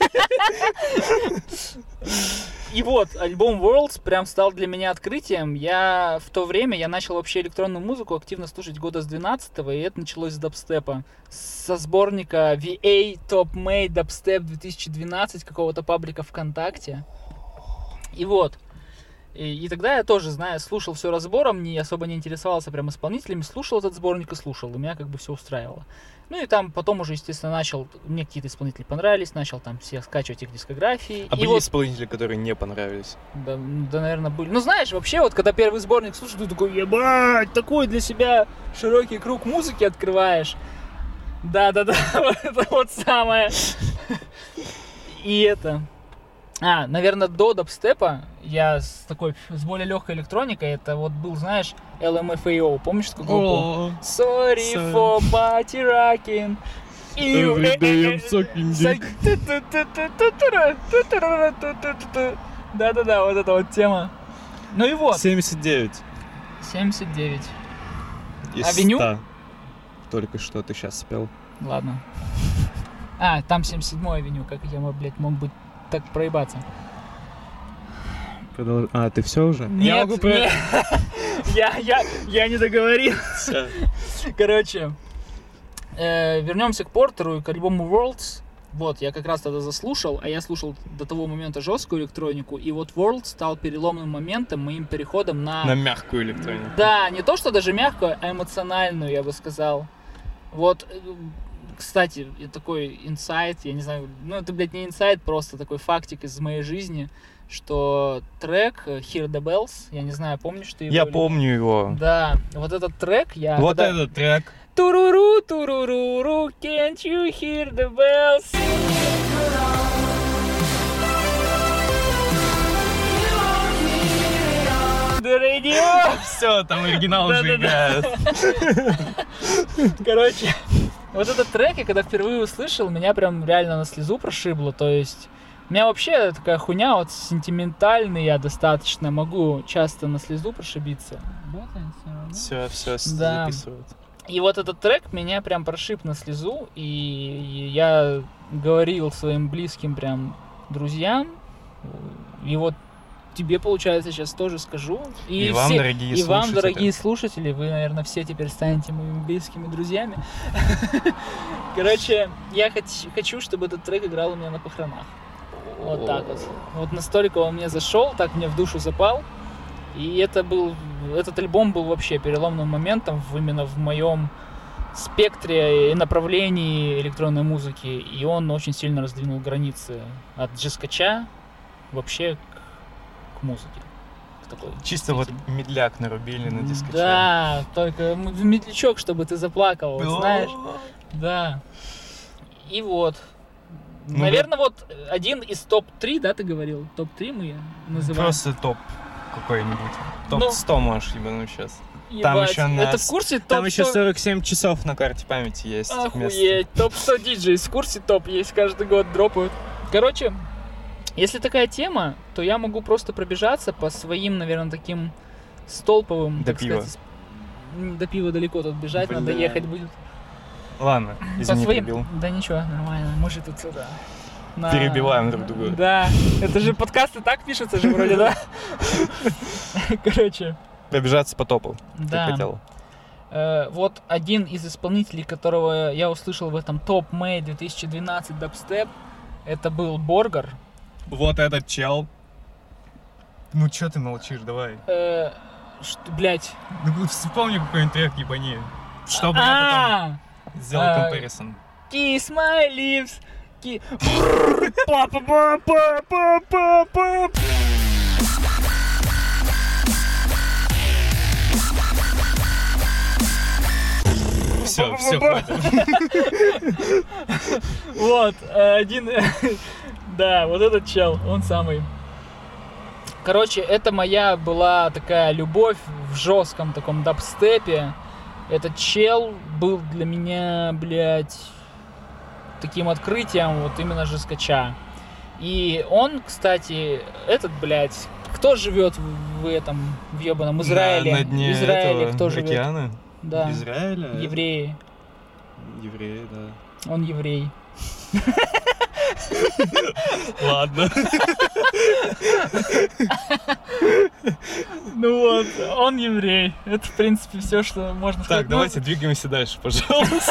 B: И вот, альбом Worlds прям стал для меня открытием. Я в то время, я начал вообще электронную музыку активно слушать года с двенадцатого, и это началось с дабстепа. Со сборника ви эй Top Made Dubstep две тысячи двенадцать какого-то паблика ВКонтакте. И вот. И, и тогда я тоже, знаю, слушал все разбором, не особо не интересовался прям исполнителями, слушал этот сборник и слушал, и меня как бы все устраивало. Ну и там потом уже, естественно, начал, мне какие-то исполнители понравились, начал там всех скачивать их дискографии.
A: А
B: и
A: были
B: вот...
A: исполнители, которые не понравились?
B: Да, да, наверное, были. Ну, знаешь, вообще, вот когда первый сборник слушаешь, ты такой, ебать, такой для себя широкий круг музыки открываешь. Да-да-да, вот это вот самое. И это... А, наверное, до дабстепа я с такой, с более легкой электроникой, это вот был, знаешь, эл эм эф эй о, помнишь такую группу? Sorry for party rocking.
A: Every day I'm sucking dick.
B: Да-да-да, вот эта вот тема. Ну и вот.
A: семьдесят девять.
B: семьдесят девять.
A: Из
B: Авеню?
A: ста. Только что ты сейчас спел.
B: Ладно. А, там семьдесят седьмой авеню, как я, блядь, мог быть так проебаться.
A: Продолж... А, ты все уже?
B: Нет, я, могу... нет. я, я, я не договорил. Короче, э, вернемся к Портеру и к альбому Worlds. Вот, я как раз тогда заслушал, а я слушал до того момента жесткую электронику, и вот Worlds стал переломным моментом, моим переходом на...
A: На мягкую электронику.
B: Да, не то, что даже мягкую, а эмоциональную, я бы сказал. Вот... Кстати, такой инсайт, я не знаю, ну это, блядь, не инсайт, просто такой фактик из моей жизни, что трек Hear the Bells, я не знаю, помнишь ты его?
A: Я
B: или...
A: помню его.
B: Да, вот этот трек я...
A: Вот
B: когда...
A: этот трек.
B: Туруру, туруру, can't you hear the bells? The radio!
A: Все, там оригинал уже играет.
B: Короче... Вот этот трек, я когда впервые услышал, меня прям реально на слезу прошибло, то есть у меня вообще такая хуйня, вот сентиментальный я достаточно, могу часто на слезу прошибиться.
A: Все, все,
B: да.
A: Записывают.
B: И вот этот трек меня прям прошиб на слезу, и я говорил своим близким прям друзьям, и вот тебе, получается, сейчас тоже скажу. И,
A: и вам,
B: все,
A: дорогие
B: и
A: слушатели.
B: вам, дорогие слушатели, вы, наверное, все теперь станете моими близкими друзьями. Короче, я хочу, чтобы этот трек играл у меня на похоронах. Вот так вот. Вот настолько он мне зашел, так мне в душу запал. И это был, этот альбом был вообще переломным моментом именно в моем спектре и направлении электронной музыки, и он очень сильно раздвинул границы от джескача вообще к, к музыке. К такой,
A: Чисто вот медляк нарубили на дискоче.
B: Да, только медлячок, чтобы ты заплакал, вот, знаешь. Да. И вот.
A: Ну,
B: наверное, вот один из топ три, да, ты говорил? топ три мы называем.
A: Просто топ какой-нибудь. топ сто ну, можешь ебануть сейчас.
B: Ебать.
A: Там еще на...
B: Это в курсе топ сто?
A: Там еще сорок семь часов на карте памяти есть.
B: Охуеть. топ сто диджей. В курсе топ есть, каждый год дропают. Короче, если такая тема, то я могу просто пробежаться по своим, наверное, таким столповым...
A: До пива.
B: Сказать, до пива далеко тут бежать,
A: Бля.
B: надо ехать будет.
A: Ладно, извини,
B: своим...
A: перебил.
B: Да ничего, нормально. Может тут сюда. На...
A: Перебиваем друг друга.
B: Да. Это же подкасты так пишутся же вроде, да? Короче.
A: Пробежаться по топу.
B: Да.
A: Ты хотел.
B: Э, вот один из исполнителей, которого я услышал в этом топ Мэй две тысячи двенадцать дабстеп, это был Боргар.
A: Вот этот чел. Ну чё ты молчишь, давай.
B: Э, что, блять.
A: Ну вспомни какой-нибудь трек ебани. Чтобы я потом сделал комперисон.
B: Kiss my lips. Па-па-па-па-па-па-па.
A: Все, все, хватит.
B: Вот, один... Да, вот этот чел, он самый. Короче, это моя была такая любовь в жестком таком дабстепе. Этот чел был для меня, блядь, таким открытием вот именно жесткача. И он, кстати, этот, блядь, кто живет в, в этом, в ебаном Израиле?
A: На, на дне
B: в Израиле
A: этого
B: кто живет?
A: океана?
B: Да.
A: Израиля?
B: Евреи.
A: Евреи, да.
B: Он еврей.
A: Ладно.
B: Ну вот, он еврей. Это, в принципе, все, что можно сказать.
A: Так, давайте двигаемся дальше, пожалуйста.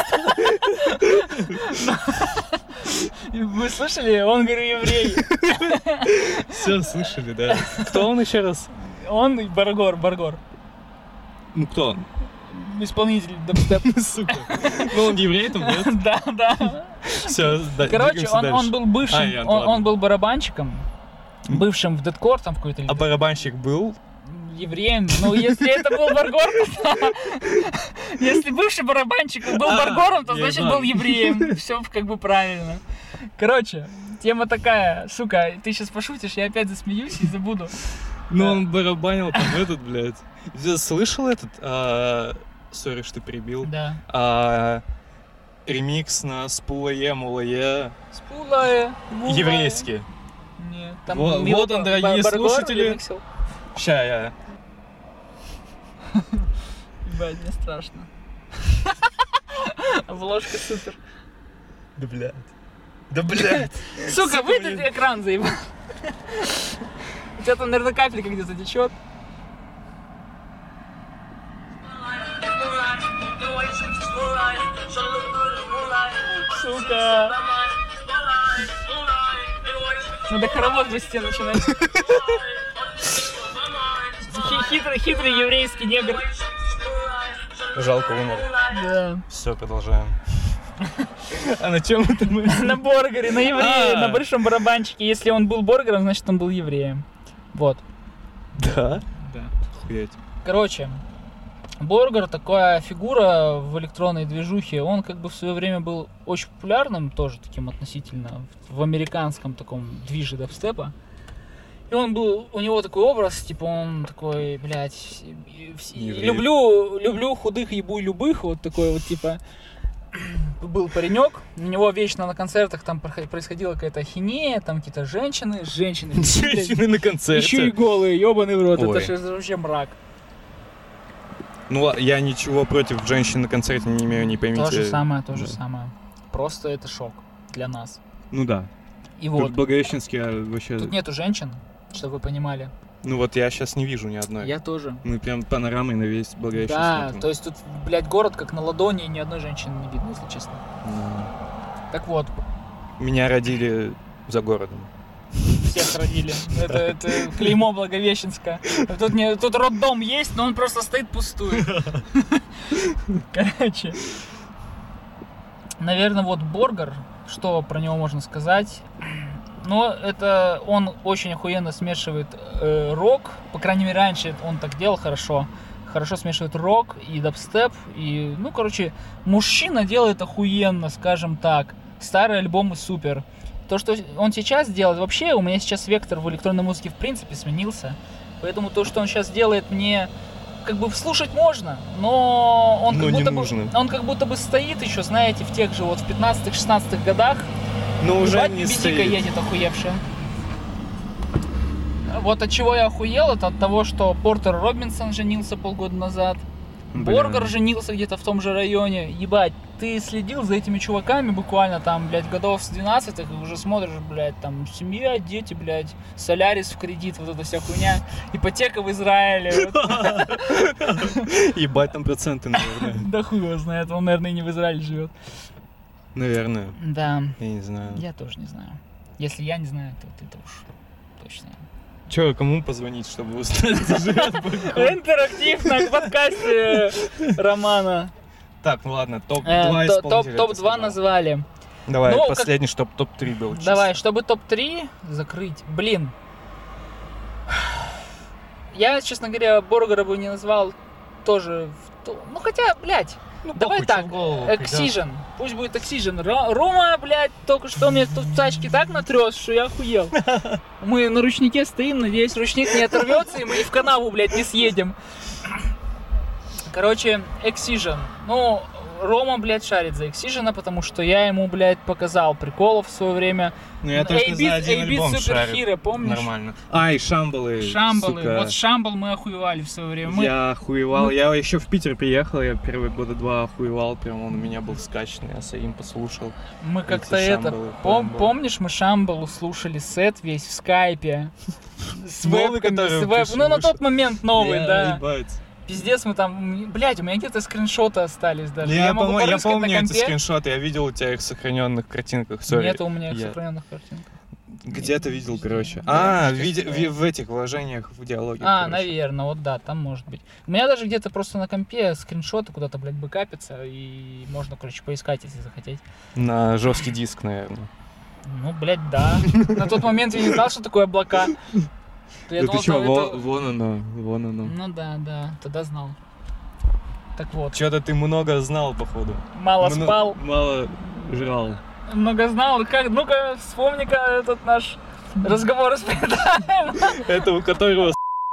B: Вы слышали? Он, говорю, еврей.
A: Все слышали, да. Кто он еще раз?
B: Он Баргор, Баргор.
A: Ну кто он?
B: Исполнитель дабстеп.
A: Сука. Ну он еврей там, нет?
B: Да, да.
A: Все, да,
B: короче, он, он был бывшим,
A: а, я,
B: он, он был барабанщиком, бывшим в дедкор там в какой-то...
A: А барабанщик был?
B: Евреем. Ну, если это был Баргор, то... Если бывший барабанщик был Баргором, то значит был евреем. Все как бы правильно. Короче, тема такая, сука, ты сейчас пошутишь, я опять засмеюсь и забуду.
A: Ну, он барабанил там этот, блядь. Ты слышал этот? Сори, что перебил.
B: Да.
A: А, ремикс на Спулае, Мулае.
B: Спулае, Мулае.
A: Еврейский.
B: Нет, там
A: вот,
B: Мил...
A: вот он, дорогие
B: Бар-
A: слушатели.
B: ремиксил.
A: Ща я.
B: Ебать, мне страшно. Обложка супер.
A: Да блядь. Да блядь.
B: Сука, выйди экран, заебал. У тебя там, наверное, капелька где-то течет. Сука. Надо хоровод вести начинать. Хитрый, хитрый еврейский негр.
A: Жалко, умер.
B: Да.
A: Все, продолжаем. А на чем это мы?
B: На Боргаре, на еврее, на большом барабанчике. Если он был Боргаром, значит он был евреем. Вот.
A: Да?
B: Да.
A: Охуеть.
B: Короче, Боргар такая фигура в электронной движухе. Он как бы в свое время был очень популярным, тоже таким относительно, в американском таком движе дабстепа. И он был, у него такой образ, типа он такой, блядь, люблю, люблю худых, ебу любых, вот такой вот типа. Был паренек, у него вечно на концертах там происходила какая-то ахинея, там какие-то женщины, женщины.
A: Женщины на концерте.
B: Еще и голые, ебаный в рот,
A: Ой.
B: это же вообще мрак.
A: Ну, я ничего против женщин на концерте не имею, не поймите.
B: То же самое, то же
A: Да.
B: самое. Просто это шок для нас.
A: Ну да.
B: И вот,
A: Тут Благовещенский а, вообще...
B: тут нету женщин, чтобы вы понимали.
A: Ну вот я сейчас не вижу ни одной.
B: Я тоже.
A: Мы прям панорамой на весь Благовещенский.
B: Да,
A: смотрим.
B: то есть тут, блядь, город как на ладони, и ни одной женщины не видно, если честно.
A: Да.
B: Так вот,
A: Меня родили за городом.
B: всех родили. Это, это клеймо Благовещенска. Тут, не, тут роддом есть, но он просто стоит пустой. Короче, Наверное, вот Боргер, что про него можно сказать? Но это он очень охуенно смешивает э, рок, по крайней мере раньше он так делал хорошо, хорошо смешивает рок и дабстеп, и, ну, короче, мужчина делает охуенно, скажем так, старые альбомы супер. То, что он сейчас делает, вообще у меня сейчас вектор в электронной музыке в принципе сменился, поэтому то, что он сейчас делает, мне как бы слушать можно, но он,
A: но
B: как, будто
A: нужно.
B: бы, он как будто бы стоит еще, знаете, в тех же вот в пятнадцатых-шестнадцатых годах.
A: Но уже
B: Ебать,
A: не
B: бибитика
A: стоит.
B: едет охуевшая. Вот от чего я охуел, это от того, что Портер Робинсон женился полгода назад.
A: Блин.
B: Боргер женился где-то в том же районе. Ебать, ты следил за этими чуваками буквально там, блядь, годов с двенадцатых, и уже смотришь, блядь, там, семья, дети, блядь, Солярис в кредит, вот эта вся хуйня, ипотека в Израиле.
A: Ебать, там проценты, наверное.
B: Да хуй его знает, он, наверное, и не в Израиле живет.
A: Наверное.
B: Да.
A: Я не знаю.
B: Я тоже не знаю. Если я не знаю, то ты-то уж точно.
A: Че, кому позвонить, чтобы узнать, где живет Боргер?
B: Интерактив на подкасте Романа.
A: Так, ну ладно, топ два
B: Э, то- топ-
A: исполнителя.
B: Топ
A: ты
B: два
A: сказал.
B: назвали.
A: Давай,
B: Ну, как-
A: последний, чтоб топ три был. чисто.
B: Давай, чтобы топ три закрыть. Блин. Я, честно говоря, Боргера бы не назвал тоже. в то- Ну хотя, блядь.
A: Ну,
B: Давай
A: похуй, чё
B: так,
A: в голову придёт.
B: Excision. Пусть будет Excision. Ро- Рома, блядь, только что мне тут тачки так натрёс, что я охуел. Мы на ручнике стоим, надеюсь, ручник не оторвется, и мы в канаву, блядь, не съедем. Короче, Excision. Ну, Рома, блядь, шарит за Excision, потому что я ему, блядь, показал приколов в свое время.
A: Ну, я только за один альбом
B: Super
A: шарю.
B: Hero, помнишь?
A: Нормально. А, и Шамблы.
B: Шамблы.
A: сука.
B: Вот Шамбл мы охуевали в свое время. Мы...
A: Я охуевал.
B: мы-
A: Я еще в Питер приехал, я первые года два охуевал, прям он у меня был скачанный, я своим послушал.
B: Мы
A: Эти
B: как-то это...
A: Шамблы,
B: пом-
A: Шамблы.
B: помнишь, мы Шамблу слушали сет весь в скайпе. С
A: Новый,
B: вебками,
A: который
B: с веб-
A: вышел,
B: Ну, на
A: вышел.
B: тот момент новый,
A: Я,
B: да.
A: ебать.
B: Пиздец, мы там... Блядь, у меня где-то скриншоты остались даже.
A: Я,
B: могу
A: помо- я
B: порыскать на
A: помню эти
B: компе.
A: скриншоты, я видел у тебя их в сохраненных картинках. Sorry.
B: Нету у меня их
A: Я
B: сохраненных картинок.
A: Где-то видел, короче.
B: Да,
A: А, в,
B: что
A: виде-
B: такое?
A: в, в этих вложениях, в диалоге.
B: А,
A: короче.
B: наверное, вот да, там может быть. У меня даже где-то просто на компе скриншоты куда-то, блядь, бэкапятся, и можно, короче, поискать, если захотеть.
A: На жесткий диск, наверное.
B: Ну, блядь, да. На тот момент я не знал, что такое облака. Я
A: Да
B: думал,
A: ты чё,
B: что
A: во-
B: это-
A: вон оно, вон оно.
B: Ну да, да, тогда знал. Так вот,
A: Чё-то ты много знал, походу.
B: мало
A: Мно-
B: спал,
A: Мало жрал.
B: много знал. Как, ну-ка, вспомни-ка этот наш разговор с Педаем.
A: Это у которого...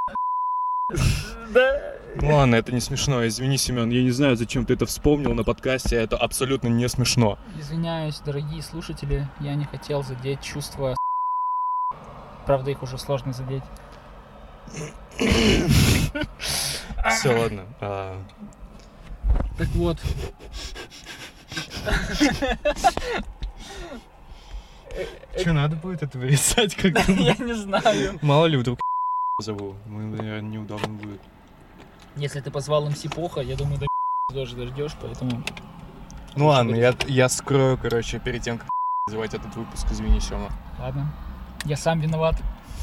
B: Да.
A: Ну ладно, это не смешно, извини, Семен. Я не знаю, зачем ты это вспомнил на подкасте, это абсолютно не смешно.
B: Извиняюсь, дорогие слушатели, я не хотел задеть чувства. Правда, их уже сложно задеть.
A: Все, ладно. А,
B: Так вот.
A: Че, надо будет это вырезать как-то?
B: Я не знаю.
A: Мало ли вдруг зову. Мы, наверное, неудобно будет.
B: Если ты позвал эм си Поха, я думаю, до тоже дождешь, поэтому...
A: Ну ладно, я, я скрою, короче, перед тем, как называть этот выпуск, извини, Сёма.
B: Ладно. Я сам виноват.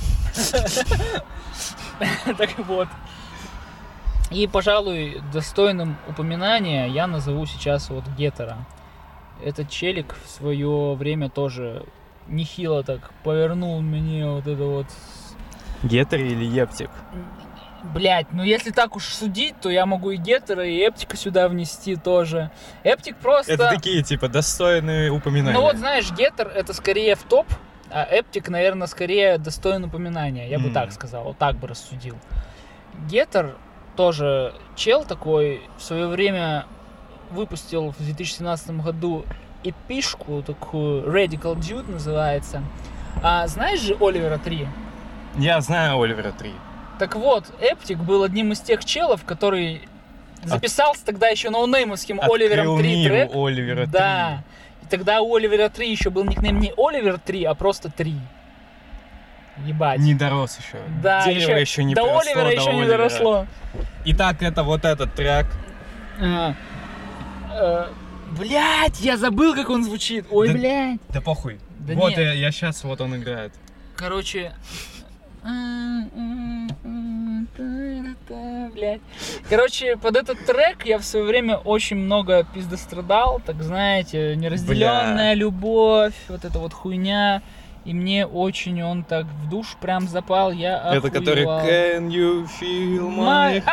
B: Так вот. И, пожалуй, достойным упоминания я назову сейчас вот Геттера. Этот челик в свое время тоже нехило так повернул мне вот это вот...
A: Геттер или Ептик?
B: Блять, ну если так уж судить, то я могу и Геттера, и Эптика сюда внести тоже. Эптик просто...
A: Это такие, типа, достойные упоминания.
B: Ну вот, знаешь, Геттер это скорее в топ, а Эптик, наверное, скорее достоин упоминания. Я бы
A: М.
B: так сказал, вот так бы рассудил. Геттер тоже чел такой, в свое время выпустил в две тысячи семнадцатом году эпишку, такую Radical Dude называется. А знаешь же Оливера три?
A: Я знаю Оливера три.
B: Так вот, Эптик был одним из тех челов, который записался тогда еще ноунеймовским Оливером три трек.
A: Оливера три.
B: Да. И тогда у Оливера три еще был никнейм не Оливер три, а просто три. Ебать.
A: Не дорос еще.
B: Да,
A: Дерево
B: еще,
A: еще не
B: до
A: приросло
B: Оливера
A: до
B: еще не
A: Оливера.
B: доросло.
A: Итак, это вот этот трек.
B: А, э, блядь, я забыл, как он звучит. Ой,
A: Да-
B: блядь.
A: Да похуй.
B: Да
A: вот
B: нет.
A: я, я сейчас, вот он играет.
B: Короче. Блядь. Короче, под этот трек я в свое время очень много пиздострадал, так знаете, неразделенная любовь, вот эта вот хуйня. И мне очень он так в душ прям запал, я охуевал.
A: Это который Can you feel my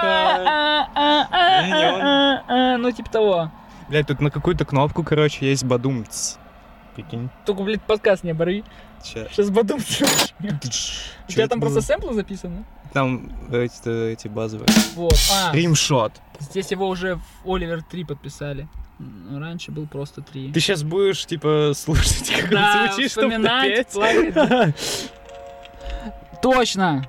A: heart?
B: Ну, типа того.
A: Блядь, тут на какую-то кнопку, короче, есть бадумц. Прикинь.
B: Только, блядь, подкаст не оборви.
A: Че?
B: Сейчас бадумц. У тебя там просто сэмплы записаны?
A: Там эти, эти базовые.
B: Вот. А,
A: Римшот.
B: здесь его уже в Оливер три подписали. Раньше был просто три.
A: Ты сейчас будешь, типа, слушать, как
B: Да,
A: он звучит, чтобы
B: вспоминать,
A: петь?
B: плакать. Точно!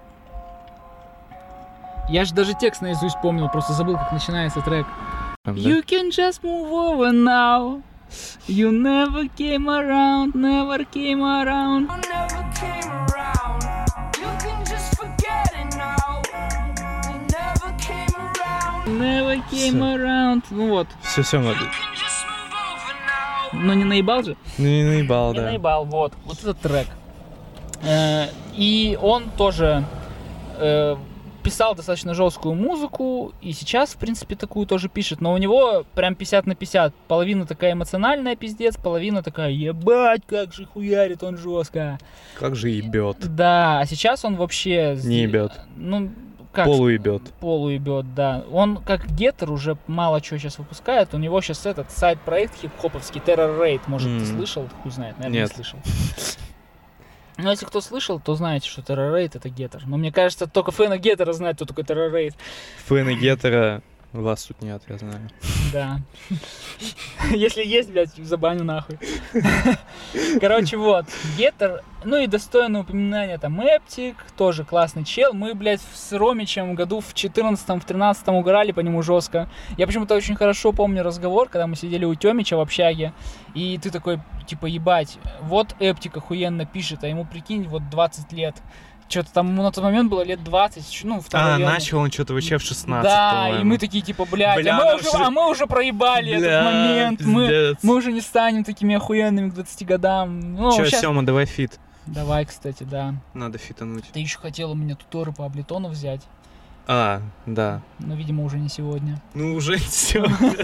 B: Я же даже текст наизусть помнил, просто забыл, как начинается трек. You can just move over now. You never came around, never came around.
D: You never came around. You can just forget it now. You never came around.
B: Never came around. Ну вот.
A: Все, все, надо.
D: You can just move over now.
B: Ну не наебал же?
A: Ну не наебал,
B: Не
A: да.
B: наебал, вот. Вот этот трек. Э, И он тоже э, писал достаточно жесткую музыку, и сейчас, в принципе, такую тоже пишет, но у него прям пятьдесят на пятьдесят. Половина такая эмоциональная, пиздец, половина такая, ебать, как же хуярит он жестко.
A: Как же ебет.
B: Да, а сейчас он вообще...
A: Не ебет.
B: Ну, как?
A: Полуебет.
B: Полуебет, да. Он как геттер уже мало чего сейчас выпускает. У него сейчас этот сайт-проект хип-хоповский, Terror Raid, может,
A: Mm.
B: ты слышал? Хуй знает, наверное,
A: Нет.
B: не слышал. Ну, если кто слышал, то знаете, что Terror Raid — это геттер. Но мне кажется, только фэны геттера знают, кто такой Terror Raid.
A: Фэны геттера вас тут нет, я знаю.
B: Да. Если есть, блядь, забаню нахуй. Короче, вот. Геттер, ну и достойное упоминание там Эптик, тоже классный чел. Мы, блядь, с Ромичем году в четырнадцатом, в тринадцатом угорали по нему жестко. Я почему-то очень хорошо помню разговор, когда мы сидели у Тёмича в общаге, и ты такой, типа, ебать, вот Эптик охуенно пишет, а ему, прикинь, вот двадцать лет. Что-то там ему на тот момент было лет двадцать, ну, в том
A: А,
B: районе.
A: начал он что-то вообще в шестнадцать,
B: Да,
A: по-моему.
B: и мы такие, типа, блядь,
A: Бля,
B: а, мы
A: ну
B: уже,
A: что-
B: а мы уже проебали
A: Бля,
B: этот момент. Мы,
A: пиздец.
B: мы уже не станем такими охуенными к двадцати годам. Ну,
A: Чё,
B: щас-
A: Сёма, давай фит.
B: Давай, кстати, да.
A: Надо фитануть.
B: Ты еще хотел у меня туторы по Аблетону взять,
A: А, да.
B: но, видимо, уже не сегодня.
A: Ну, уже все.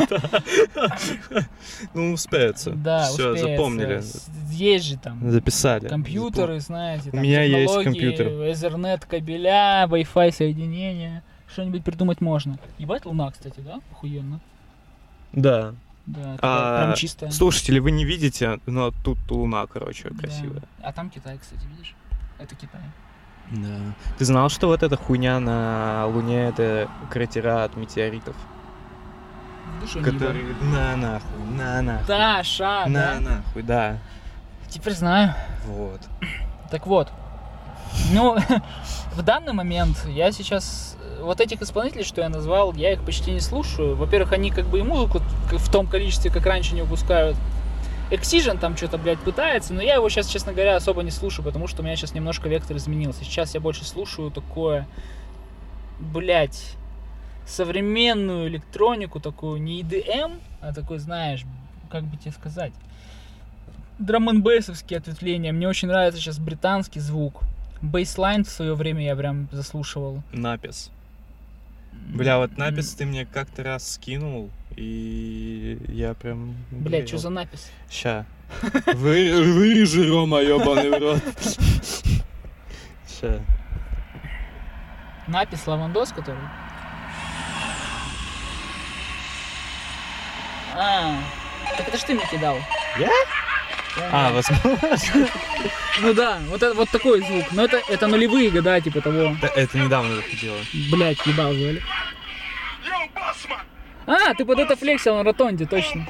A: Ну, успеется.
B: Да,
A: Все,
B: успеется.
A: запомнили.
B: С- Есть же там
A: Записали.
B: компьютеры, знаете,
A: У
B: там
A: меня есть
B: технологии,
A: компьютер.
B: Ethernet кабеля, Wi-Fi соединения. Что-нибудь придумать можно. Ебать, луна, кстати, да? Охуенно.
A: Да.
B: Да, такая
A: А,
B: прям чистая.
A: Слушатели, вы не видите, но тут луна, короче,
B: Да.
A: красивая.
B: А там Китай, кстати, видишь? Это Китай.
A: Да. Ты знал, что вот эта хуйня на Луне — это кратера от метеоритов?
B: В душе не
A: Которые на нахуй, на нахуй.
B: Да, ша,
A: На
B: да.
A: нахуй, да.
B: Теперь знаю.
A: Вот.
B: Так вот. Ну, в данный момент я сейчас... Вот этих исполнителей, что я назвал, я их почти не слушаю. Во-первых, они как бы и музыку в том количестве, как раньше, не выпускают. Excision там что-то, блядь, пытается, но я его сейчас, честно говоря, особо не слушаю, потому что у меня сейчас немножко вектор изменился. Сейчас я больше слушаю такое, блядь, современную электронику, такую не и ди эм, а такой, знаешь, как бы тебе сказать, драм-н-бейсовские ответвления. Мне очень нравится сейчас британский звук. Бейслайн в свое время я прям заслушивал.
A: Напис. Бля, вот напис ты мне как-то раз скинул, и я прям...
B: Блядь, что за напис?
A: Ща. Вы, вырежи, Рома, ёбаный в рот. Ща.
B: Напис Лавандос, который? А, так это ж ты мне кидал.
A: Я?
B: Да,
A: А,
B: да.
A: возможно.
B: Ну да, вот, это, вот такой звук. Но это, это нулевые года, типа того.
A: Да, это недавно выходило.
B: Блять, ебал, звали. А, ты под это флексил на ротонде, точно.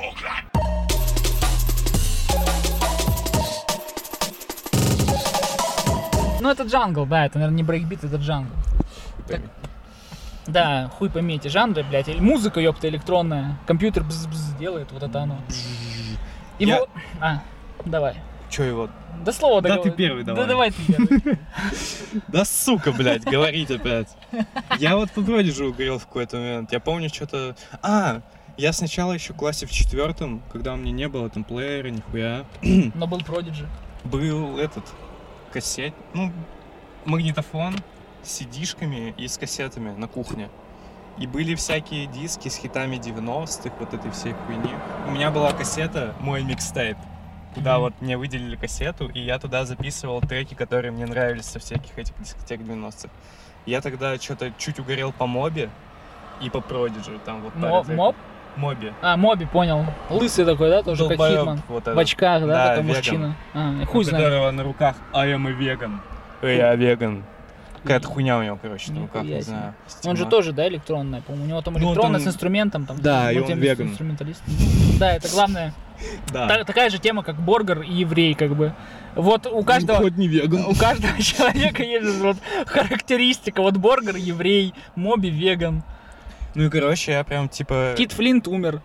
B: Ну это джангл, да, это, наверное, не брейкбит, это джангл. Так, да, хуй поймите, жанры, блядь, или музыка, ёпта, электронная. Компьютер бз-бз делает, вот это оно. Его...
A: Я-
B: А, давай.
A: Чё его?
B: Да слово
A: Да
B: договор-
A: ты первый давай.
B: Да давай ты первый.
A: Да сука, блядь, говорить опять. Я вот по Продиджи угорел в какой-то момент. Я помню что-то... А, я сначала еще в классе в четвертом, когда у меня не было там плеера, нихуя,
B: Но был Продиджи.
A: был этот кассет, ну, магнитофон с сидишками и с кассетами на кухне. И были всякие диски с хитами девяностых, вот этой всей хуйни. У меня была кассета, мой микстейп, куда
B: Мгм.
A: вот мне выделили кассету, и я туда записывал треки, которые мне нравились со всяких этих дискотек девяностых. Я тогда что-то чуть угорел по Мобе и по Продиджи, там вот
B: Мо-
A: пару треков.
B: Моб?
A: Моби.
B: А, Моби, понял. Лысый такой, да, тоже как
A: Долбоёб
B: Хитман.
A: вот этот.
B: В очках, да,
A: Да,
B: такой
A: веган.
B: мужчина. А,
A: У
B: хуй знает.
A: которого на руках I am a vegan. Эй, я веган. Какая-то хуйня у него, короче, на руках,
B: Нихуя
A: не
B: себе.
A: знаю.
B: Он же
A: стигма.
B: тоже, да, электронная, по-моему. У него там
A: Ну, он
B: электронная
A: там-
B: с инструментом. Там,
A: Да, и он
B: мультим-
A: веган.
B: инструменталист. Да, это главное.
A: Да.
B: Та- такая же тема, как Боргер и еврей, как бы. Вот у каждого...
A: Хоть не веган.
B: У каждого человека есть вот характеристика. Вот Боргер еврей, Моби веган.
A: Ну и, короче, я прям, типа...
B: Кит Флинт умер.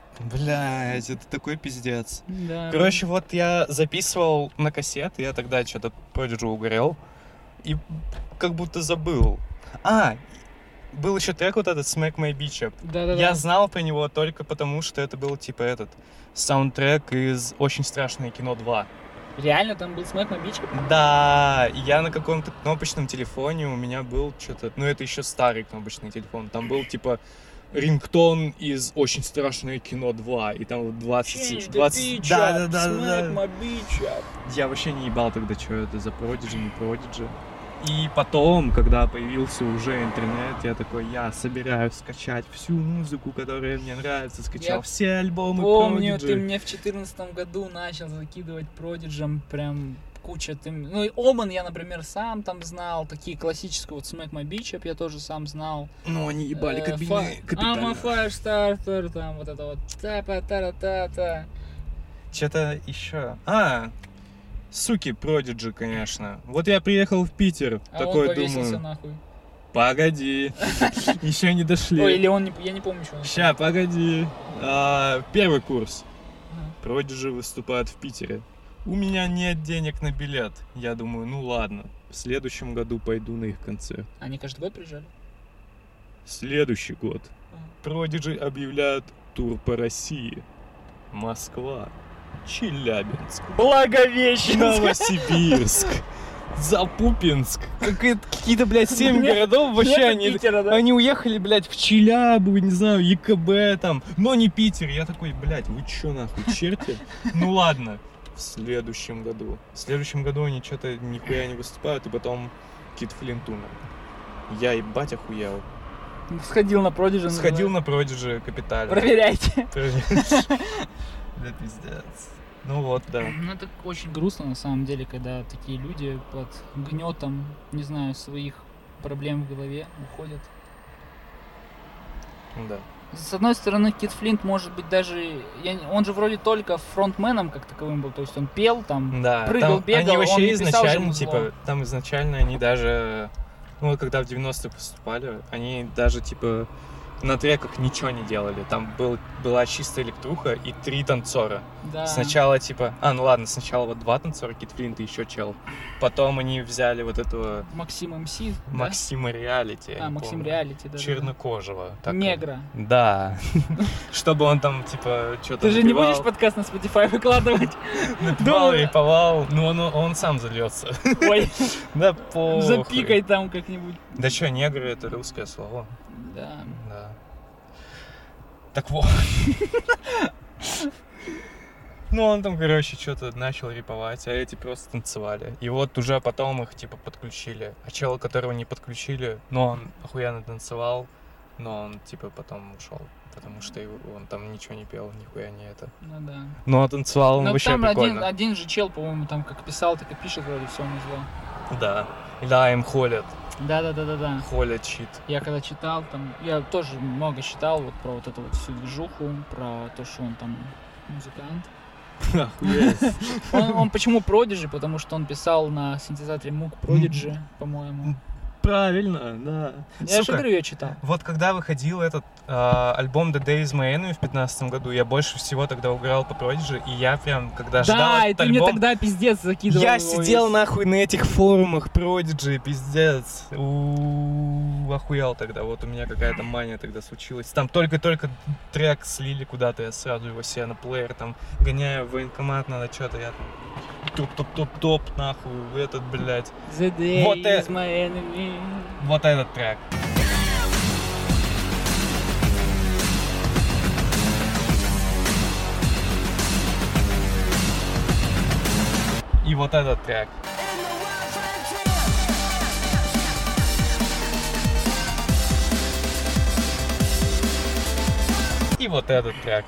A: Блядь, это такой пиздец.
B: Да.
A: Короче, вот я записывал на кассеты, я тогда что-то Продиджи угорел, и как будто забыл. А, был еще трек вот этот Smack My Bitch Up.
B: Да-да-да.
A: Я знал про него только потому, что это был типа этот саундтрек из «Очень страшное кино два».
B: Реально там был Smack My Bitch?
A: Да, и я на каком-то кнопочном телефоне, у меня был что-то, ну это еще старый кнопочный телефон, там был типа рингтон из «Очень страшное кино два», и там вот двадцать... двадцать да, да, да, да, да. Я вообще не ебал тогда, что это за Продиджи, не Продиджи. И потом, когда появился уже интернет, я такой, я собираюсь скачать всю музыку, которая мне нравится, скачал
B: Я
A: все альбомы
B: Помню,
A: Продиджи.
B: ты мне в четырнадцатом году начал закидывать Продиджем прям куча. Ты... Ну и Omen я, например, сам там знал. Такие классические, вот Smack My Bitch Up я тоже сам знал.
A: Ну, они ебали
B: Э,
A: кабины
B: фа-
A: капитально.
B: I'm a Firestarter, там вот это вот. Та-па-та-та-та.
A: Что-то еще. А, суки, Продиджи, конечно. Вот я приехал в Питер,
B: А
A: такой
B: он повесился
A: думаю,
B: нахуй.
A: погоди, еще не
B: Ой,
A: дошли.
B: или он, не... я не помню, что он.
A: Ща, погоди. А, Первый курс.
B: Ага.
A: Продиджи выступает в Питере. У меня нет денег на билет. Я думаю, ну ладно, в следующем году пойду на их концерт.
B: Они каждый год приезжали?
A: Следующий год.
B: Ага.
A: Продиджи объявляют тур по России. Москва, Челябинск,
B: Благовещенск!
A: Новосибирск, Запупинск. Как- Какие-то, блядь, семь
B: Нет,
A: городов вообще
B: Нету
A: они...
B: Питера, да?
A: Они уехали, блядь, в Челябу, не знаю, ЕКБ там, но не Питер. Я такой, блядь, вы чё нахуй, черти? Ну ладно, в следующем году. В следующем году они что-то нихуя не выступают, и потом Кит Флинт умер. Я ебать охуел.
B: Сходил на Продиджи.
A: Сходил на Продиджи капитально.
B: Проверяйте.
A: Да пиздец. Ну вот, да.
B: Ну, это очень грустно, на самом деле, когда такие люди под гнетом, не знаю, своих проблем в голове уходят.
A: Да.
B: С одной стороны, Кит Флинт, может быть, даже... я не- Он же вроде только фронтменом как таковым был, то есть он пел там,
A: Да,
B: прыгал,
A: там
B: бегал,
A: они
B: он
A: вообще
B: не писал же
A: изначально,
B: музло.
A: типа, там изначально они даже, ну, вот когда в девяностых выступали, они даже, типа, на треках ничего не делали. Там был, была чистая электруха и три танцора.
B: Да.
A: Сначала, типа, а, ну ладно, сначала вот два танцора, Кит Флинт и еще чел. Потом они взяли вот этого
B: Максим МС, да?
A: Максима Реалити. я
B: А,
A: не
B: Максим
A: помню.
B: Реалити, да.
A: Чернокожего. так он.
B: Негра.
A: Да. Чтобы он там, типа, что-то
B: Ты же не будешь подкаст на Spotify выкладывать?
A: напевал,
B: Да.
A: риповал, но он, он сам зальется.
B: Ой,
A: Да похуй.
B: запикай там как-нибудь.
A: Да что, негры — это русское слово.
B: Да.
A: Да. Так вот. Ну, он там, короче, что-то начал риповать, а эти просто танцевали. И вот уже потом их, типа, подключили. А чела, которого не подключили, ну, он охуенно танцевал, но он, типа, потом ушел. Потому что его- он там ничего не пел, нихуя не это.
B: Ну да.
A: Ну, а танцевал он
B: Ну
A: вообще
B: там один,
A: прикольно.
B: один же чел, по-моему, там как писал, так и пишет вроде все музло.
A: Да. Да, им холят.
B: Да-да-да-да-да.
A: Холят щит.
B: Я когда читал, там, я тоже много читал вот про вот эту вот всю движуху, про то, что он там музыкант.
A: Охуеть.
B: Он, он почему Продиджи? Потому что он писал на синтезаторе Moog Prodigy, по-моему.
A: Правильно, да.
B: Я же
A: Сука,
B: говорю, я читал.
A: вот когда выходил этот э, альбом The Day Is My Enemy в пятнадцатом году, я больше всего тогда угорал по Prodigy, и я прям, когда ждал
B: Да, и
A: этот
B: ты мне
A: альбом,
B: тогда пиздец закидывал.
A: я
B: его
A: сидел
B: весь.
A: нахуй на этих форумах Prodigy, пиздец. У-у-у, охуел тогда, вот у меня какая-то мания тогда случилась. Там только-только трек слили куда-то, я сразу его себе на плеер, там гоняю в военкомат, надо что-то, я там топ-топ-топ-топ, нахуй, этот, блядь.
B: The day
A: Вот
B: is
A: это-
B: my enemy.
A: Вот этот трек. И вот этот трек. И вот этот трек.